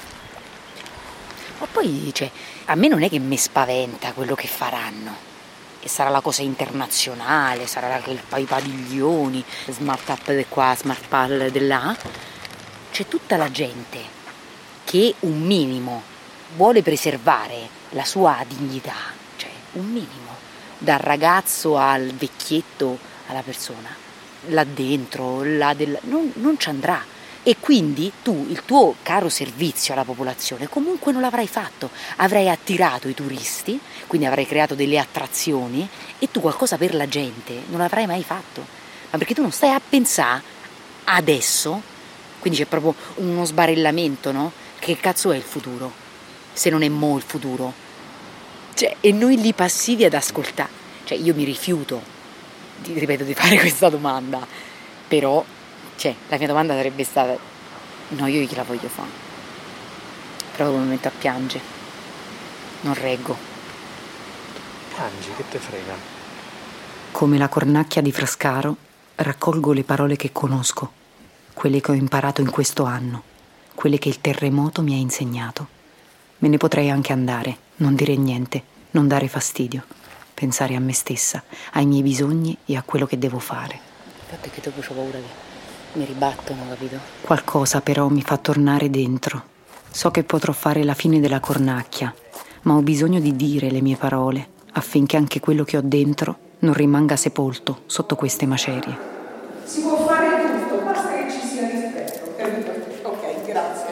Ma poi, a me non è che mi spaventa quello che faranno, che sarà la cosa internazionale, sarà i padiglioni, smart up di qua, smart pal di là. C'è tutta la gente che un minimo vuole preservare la sua dignità, un minimo, dal ragazzo al vecchietto alla persona, là dentro, non ci andrà. E quindi tu il tuo caro servizio alla popolazione comunque non l'avrai fatto, avrai attirato i turisti, quindi avrai creato delle attrazioni, e tu qualcosa per la gente non l'avrai mai fatto, ma perché tu non stai a pensare adesso. Quindi c'è proprio uno sbarellamento, no? Che cazzo è il futuro se non è mo il futuro? E noi lì passivi ad ascoltare. Io mi rifiuto di fare questa domanda, però la mia domanda sarebbe stata: no, io gliela voglio fare, però mi metto a piangere, non reggo. Piangi, che te frega? Come la cornacchia di Frascaro raccolgo le parole che conosco, quelle che ho imparato in questo anno, quelle che il terremoto mi ha insegnato. Me ne potrei anche andare, non dire niente, non dare fastidio, pensare a me stessa, ai miei bisogni e a quello che devo fare. Il fatto è che dopo c'ho paura che mi ribattono, capito? Qualcosa però mi fa tornare dentro. So che potrò fare la fine della cornacchia, ma ho bisogno di dire le mie parole affinché anche quello che ho dentro non rimanga sepolto sotto queste macerie. Si può fare tutto, basta che ci sia rispetto, capito? Ok, grazie.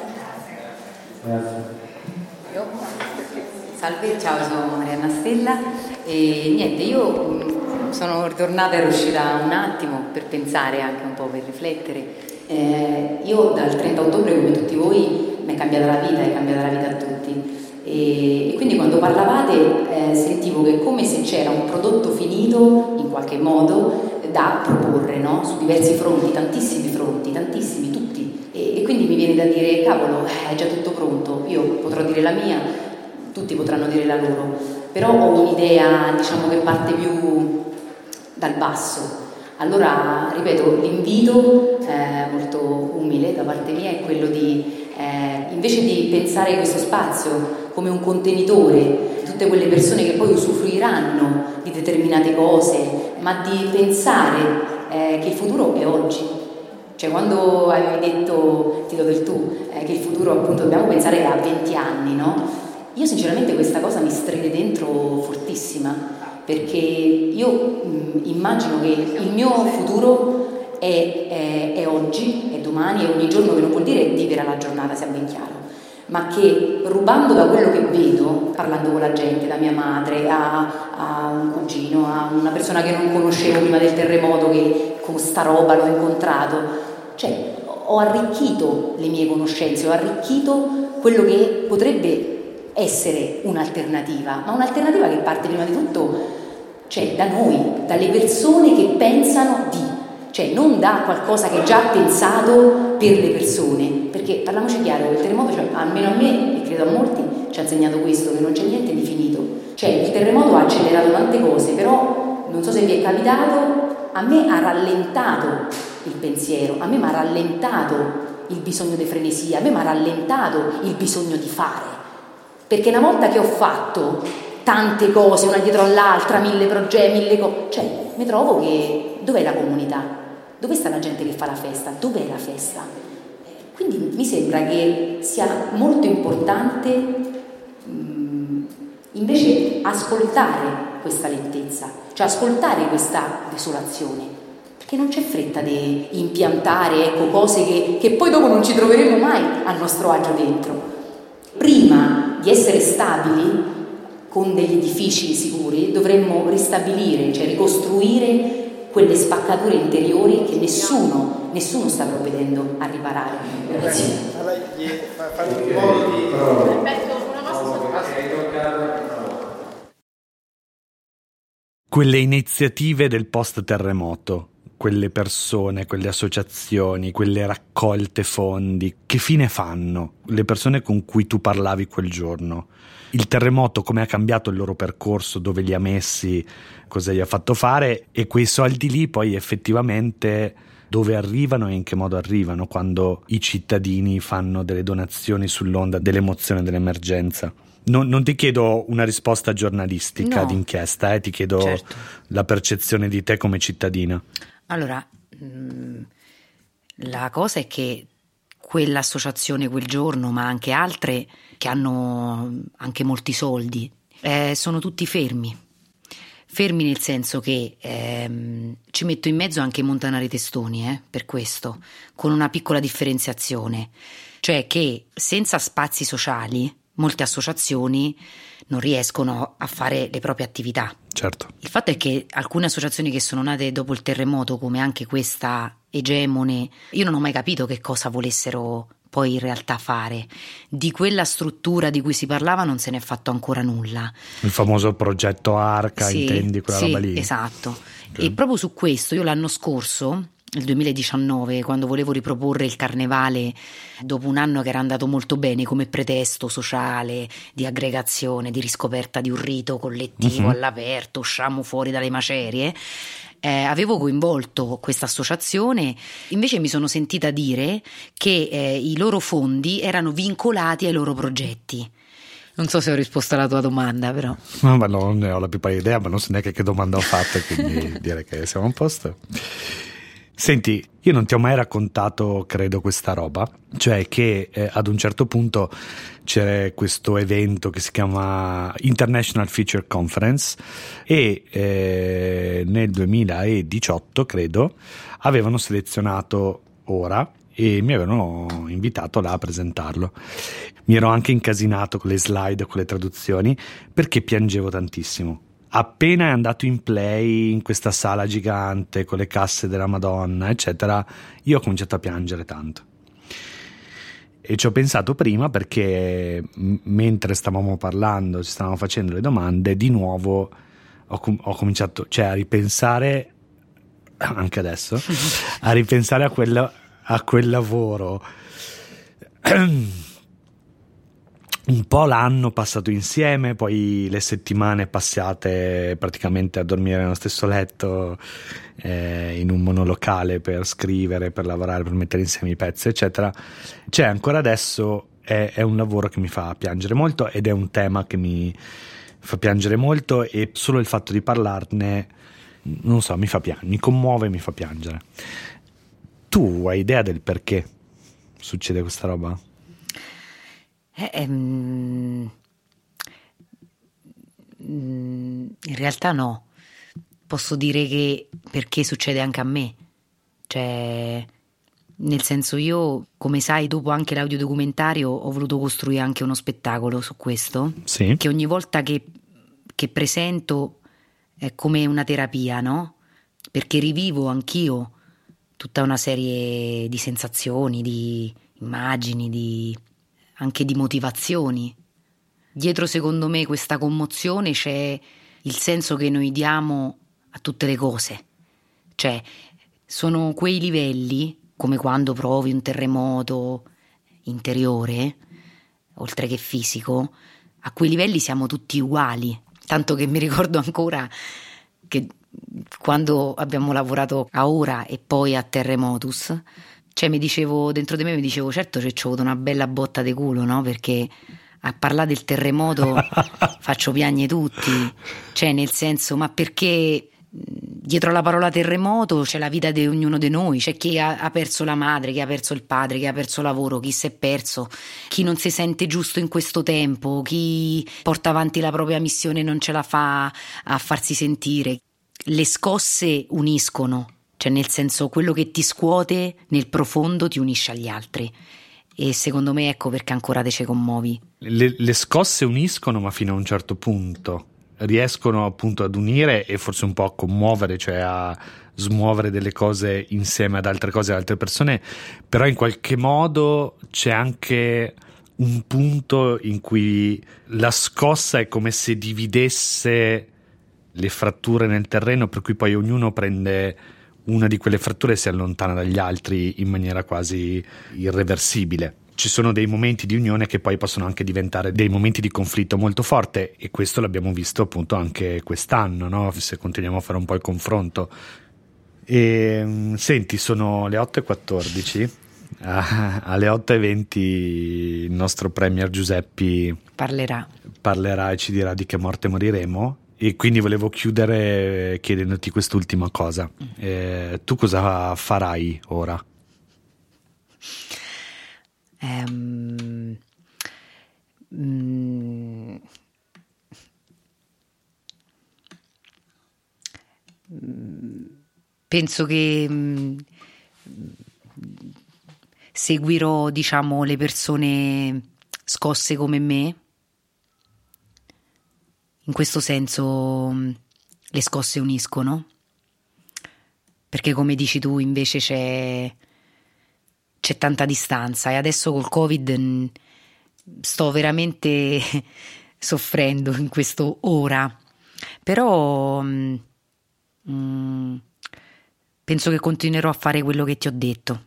Salve, ciao, sono Marianna Stella e niente, io sono ritornata, ero uscita un attimo per pensare anche un po', per riflettere. Io dal 30 ottobre, come tutti voi, mi è cambiata la vita, è cambiata la vita a tutti. E quindi quando parlavate sentivo che è come se c'era un prodotto finito in qualche modo da proporre, no? Su diversi fronti, tantissimi fronti, tantissimi, tutti. E quindi mi viene da dire, cavolo, è già tutto pronto, io potrò dire la mia, tutti potranno dire la loro, però ho un'idea, diciamo, che parte più dal basso. Allora, ripeto, l'invito molto umile da parte mia è quello di, invece di pensare questo spazio come un contenitore di tutte quelle persone che poi usufruiranno di determinate cose, ma di pensare che il futuro è oggi. Cioè, quando avevi detto, ti do del tu, che il futuro appunto dobbiamo pensare a 20 anni, no? Io sinceramente questa cosa mi stride dentro fortissima, perché io immagino che il mio futuro è oggi, è domani, è ogni giorno, che non vuol dire vivere alla giornata, sia ben chiaro, ma che rubando da quello che vedo, parlando con la gente, da mia madre a un cugino, a una persona che non conoscevo prima del terremoto, che con sta roba l'ho incontrato, cioè ho arricchito le mie conoscenze, ho arricchito quello che potrebbe essere un'alternativa, ma un'alternativa che parte prima di tutto, cioè, da noi, dalle persone che pensano di, cioè non da qualcosa che è già pensato per le persone, perché parliamoci chiaro, il terremoto, cioè, almeno a me e credo a molti, ci ha insegnato questo, che non c'è niente di finito. Cioè il terremoto ha accelerato tante cose, però non so se vi è capitato, a me ha rallentato il pensiero, a me mi ha rallentato il bisogno di frenesia, a me mi ha rallentato il bisogno di fare. Perché una volta che ho fatto tante cose, una dietro all'altra, 1000 progetti, 1000 cose, cioè mi trovo che dov'è la comunità? Dove sta la gente che fa la festa? Dov'è la festa? Quindi mi sembra che sia molto importante invece ascoltare questa lentezza, cioè ascoltare questa desolazione, perché non c'è fretta di impiantare, ecco, cose che poi dopo non ci troveremo mai a nostro agio dentro. Prima di essere stabili con degli edifici sicuri dovremmo ristabilire, cioè ricostruire quelle spaccature interiori che nessuno sta provvedendo a riparare. Quelle iniziative del post terremoto, quelle persone, quelle associazioni, quelle raccolte fondi, che fine fanno? Le persone con cui tu parlavi quel giorno, il terremoto come ha cambiato il loro percorso, dove li ha messi, cosa gli ha fatto fare, e quei soldi lì poi effettivamente dove arrivano e in che modo arrivano quando i cittadini fanno delle donazioni sull'onda dell'emozione dell'emergenza. Non ti chiedo una risposta giornalistica, no, d'inchiesta, ti chiedo, certo, la percezione di te come cittadina. Allora, la cosa è che quell'associazione quel giorno, ma anche altre che hanno anche molti soldi, sono tutti fermi nel senso che ci metto in mezzo anche Montanari Testoni, per questo, con una piccola differenziazione, cioè che senza spazi sociali molte associazioni non riescono a fare le proprie attività. Certo. Il fatto è che alcune associazioni che sono nate dopo il terremoto, come anche questa Egemone, io non ho mai capito che cosa volessero poi in realtà fare. Di quella struttura di cui si parlava non se ne è fatto ancora nulla. Il famoso progetto Arca, sì, intendi quella roba lì? Esatto. Okay. E proprio su questo io l'anno scorso, il 2019, quando volevo riproporre il carnevale dopo un anno che era andato molto bene come pretesto sociale, di aggregazione, di riscoperta di un rito collettivo all'aperto, usciamo fuori dalle macerie, avevo coinvolto questa associazione, invece mi sono sentita dire che i loro fondi erano vincolati ai loro progetti. Non so se ho risposto alla tua domanda, però. No, ma non ne ho la più pari idea, ma non so neanche che domanda ho fatto, quindi direi che siamo a posto. Senti, io non ti ho mai raccontato, credo, questa roba, cioè che ad un certo punto c'era questo evento che si chiama International Feature Conference e nel 2018, credo, avevano selezionato Ora e mi avevano invitato là a presentarlo. Mi ero anche incasinato con le slide, con le traduzioni, perché piangevo tantissimo. Appena è andato in play in questa sala gigante con le casse della Madonna, eccetera, io ho cominciato a piangere tanto. E ci ho pensato prima perché mentre stavamo parlando, ci stavamo facendo le domande, di nuovo ho cominciato, cioè, a ripensare, anche adesso, a ripensare a quel lavoro. Un po' l'anno passato insieme, poi le settimane passate praticamente a dormire nello stesso letto, in un monolocale per scrivere, per lavorare, per mettere insieme i pezzi, eccetera. Cioè, ancora adesso è un lavoro che mi fa piangere molto ed è un tema che mi fa piangere molto, e solo il fatto di parlarne, non so, mi commuove e mi fa piangere. Tu hai idea del perché succede questa roba? In realtà no, posso dire che perché succede anche a me, cioè, nel senso, io, come sai, dopo anche l'audiodocumentario ho voluto costruire anche uno spettacolo su questo, sì, che ogni volta che presento è come una terapia, no? Perché rivivo anch'io tutta una serie di sensazioni, di immagini, anche di motivazioni. Dietro, secondo me, questa commozione c'è il senso che noi diamo a tutte le cose. Cioè, sono quei livelli, come quando provi un terremoto interiore, oltre che fisico, a quei livelli siamo tutti uguali. Tanto che mi ricordo ancora che quando abbiamo lavorato a Ora e poi a Terremotus, cioè dentro di me mi dicevo, certo ci ho avuto una bella botta di culo, no? Perché a parlare del terremoto faccio piagne tutti, cioè, nel senso, ma perché dietro la parola terremoto c'è la vita di ognuno di noi, c'è chi ha perso la madre, chi ha perso il padre, chi ha perso il lavoro, chi si è perso, chi non si sente giusto in questo tempo, chi porta avanti la propria missione e non ce la fa a farsi sentire. Le scosse uniscono. Cioè, nel senso, quello che ti scuote nel profondo ti unisce agli altri, e secondo me ecco perché ancora te ci commuovi. Le scosse uniscono, ma fino a un certo punto riescono appunto ad unire e forse un po' a commuovere, cioè a smuovere delle cose insieme ad altre cose, ad altre persone, però in qualche modo c'è anche un punto in cui la scossa è come se dividesse le fratture nel terreno, per cui poi ognuno prende una di quelle fratture e si allontana dagli altri in maniera quasi irreversibile. Ci sono dei momenti di unione che poi possono anche diventare dei momenti di conflitto molto forte, e questo l'abbiamo visto appunto anche quest'anno, no? Se continuiamo a fare un po' il confronto. E senti, sono le 8:14, alle 8:20 il nostro premier Giuseppi parlerà e ci dirà di che morte moriremo. E quindi volevo chiudere chiedendoti quest'ultima cosa. Tu cosa farai ora? Penso che seguirò, diciamo, le persone scosse come me. In questo senso le scosse uniscono, perché come dici tu invece c'è tanta distanza, e adesso col Covid sto veramente soffrendo in questo ora, però penso che continuerò a fare quello che ti ho detto,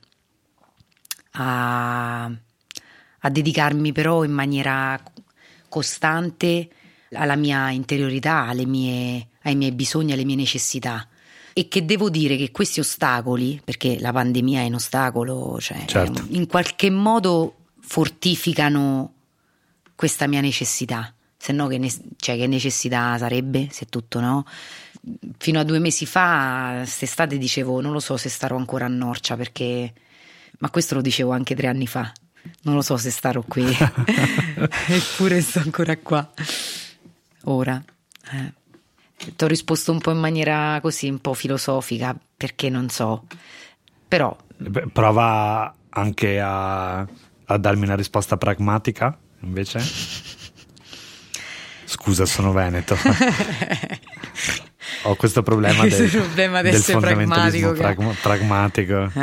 a dedicarmi però in maniera costante alla mia interiorità, ai miei bisogni, alle mie necessità. E che devo dire che questi ostacoli, perché la pandemia è un ostacolo, cioè, certo, in qualche modo fortificano questa mia necessità. Se no che necessità sarebbe, se tutto, no? fino a 2 mesi fa, quest'estate, dicevo non lo so se starò ancora a Norcia, perché, ma questo lo dicevo anche 3 anni fa, non lo so se starò qui. Eppure sto ancora qua ora. Ti ho risposto un po' in maniera così, un po' filosofica, perché non so, però prova anche a darmi una risposta pragmatica invece. Scusa, sono veneto. Ho questo problema del fondamentalismo pragmatico.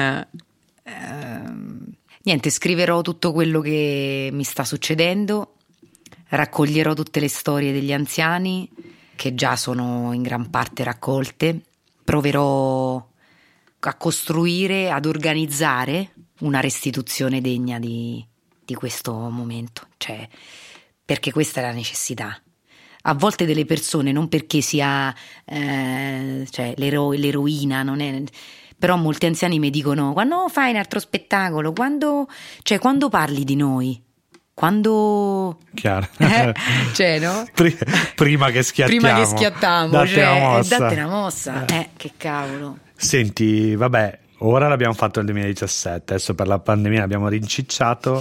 Niente, scriverò tutto quello che mi sta succedendo, raccoglierò tutte le storie degli anziani che già sono in gran parte raccolte, proverò a costruire, ad organizzare una restituzione degna di questo momento, cioè, perché questa è la necessità. A volte delle persone, non perché sia cioè l'eroina, non è, però molti anziani mi dicono: quando fai un altro spettacolo, quando parli di noi, quando chiaro. Cioè, no? Prima che schiattiamo, date una mossa. Che cavolo. Senti, vabbè, ora l'abbiamo fatto nel 2017, adesso per la pandemia l'abbiamo rincicciato.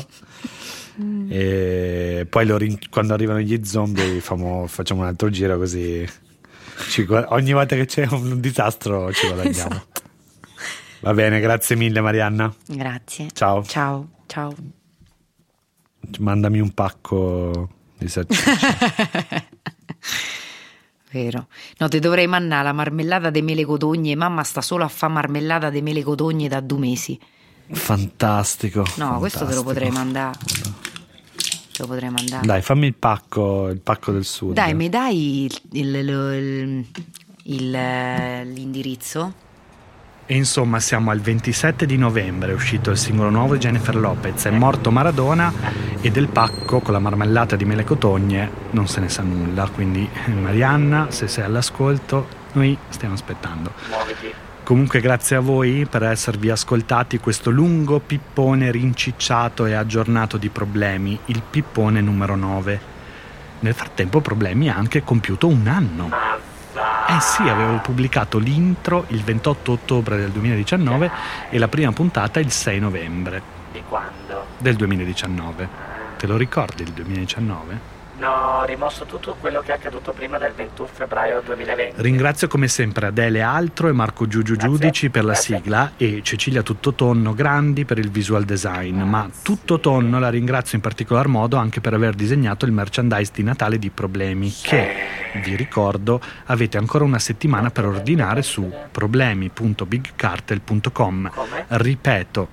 E poi quando arrivano gli zombie facciamo un altro giro, così ogni volta che c'è un disastro ci guadagniamo. Esatto. Va bene, grazie mille Marianna. Grazie. Ciao. Mandami un pacco di salsicce. Vero. No, te dovrei mandare la marmellata de mele cotogne. Mamma sta solo a fare marmellata de mele cotogne da 2 mesi. Fantastico. Questo te lo potrei mandare. Dai, fammi il pacco del sud. Dai, mi dai l'indirizzo? E insomma, siamo al 27 di novembre, è uscito il singolo nuovo di Jennifer Lopez, È morto Maradona, e del pacco con la marmellata di mele cotogne non se ne sa nulla, quindi Marianna, se sei all'ascolto, noi stiamo aspettando. Muoviti. Comunque grazie a voi per esservi ascoltati questo lungo pippone rincicciato e aggiornato di Problemi, il pippone numero 9. Nel frattempo Problemi ha anche compiuto 1 anno. Sì, avevo pubblicato l'intro il 28 ottobre del 2019 e la prima puntata il 6 novembre. Di quando? Del 2019. Te lo ricordi il 2019? No, ho rimosso tutto quello che è accaduto prima del 21 febbraio 2020. Ringrazio come sempre Adele Altro e Marco Giugiu Giudici per la sigla e Cecilia Tuttotonno Grandi per il visual design, ma Tuttotonno la ringrazio in particolar modo anche per aver disegnato il merchandise di Natale di Problemi, che, vi ricordo, avete ancora una settimana per ordinare su problemi.bigcartel.com. Ripeto,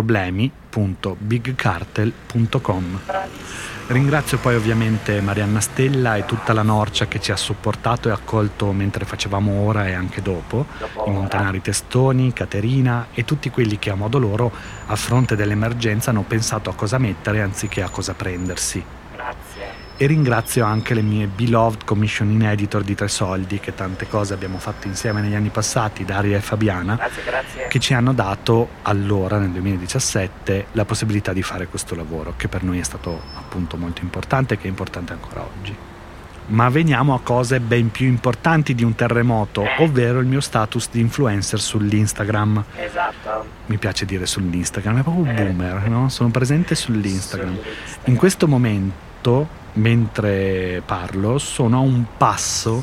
problemi.bigcartel.com. Ringrazio poi ovviamente Marianna Stella e tutta la Norcia che ci ha supportato e accolto mentre facevamo ora e anche dopo, i Montanari Testoni, Caterina e tutti quelli che a modo loro a fronte dell'emergenza hanno pensato a cosa mettere anziché a cosa prendersi. Grazie. E ringrazio anche le mie beloved commissioning editor di Tre Soldi, che tante cose abbiamo fatto insieme negli anni passati, Daria e Fabiana, grazie. che ci hanno dato allora, nel 2017, la possibilità di fare questo lavoro, che per noi è stato appunto molto importante e che è importante ancora oggi. Ma veniamo a cose ben più importanti di un terremoto, ovvero il mio status di influencer sull'Instagram. Esatto. Mi piace dire sull'Instagram, è proprio boomer, no? Sono presente sull'Instagram. In questo momento, mentre parlo, sono a un passo,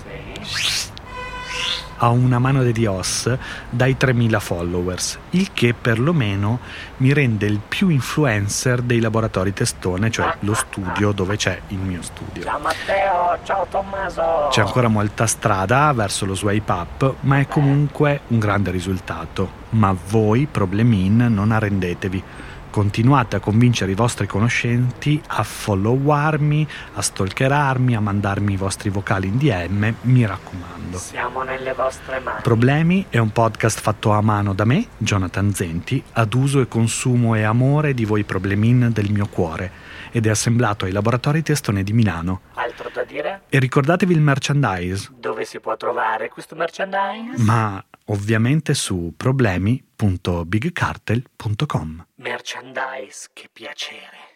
a una mano di Dios, dai 3.000 followers, il che perlomeno mi rende il più influencer dei laboratori Testone, cioè lo studio dove c'è il mio studio. Ciao Matteo, ciao Tommaso. C'è ancora molta strada verso lo swipe up, ma è comunque un grande risultato. Ma voi, Problemin, non arrendetevi. Continuate a convincere i vostri conoscenti a followarmi, a stalkerarmi, a mandarmi i vostri vocali in DM, mi raccomando. Siamo nelle vostre mani. Problemi è un podcast fatto a mano da me, Jonathan Zenti, ad uso e consumo e amore di voi Problemin del mio cuore, ed è assemblato ai laboratori Testone di Milano. Altro da dire? E ricordatevi il merchandise. Dove si può trovare questo merchandise? Ma ovviamente su problemi.bigcartel.com. Merchandise, che piacere.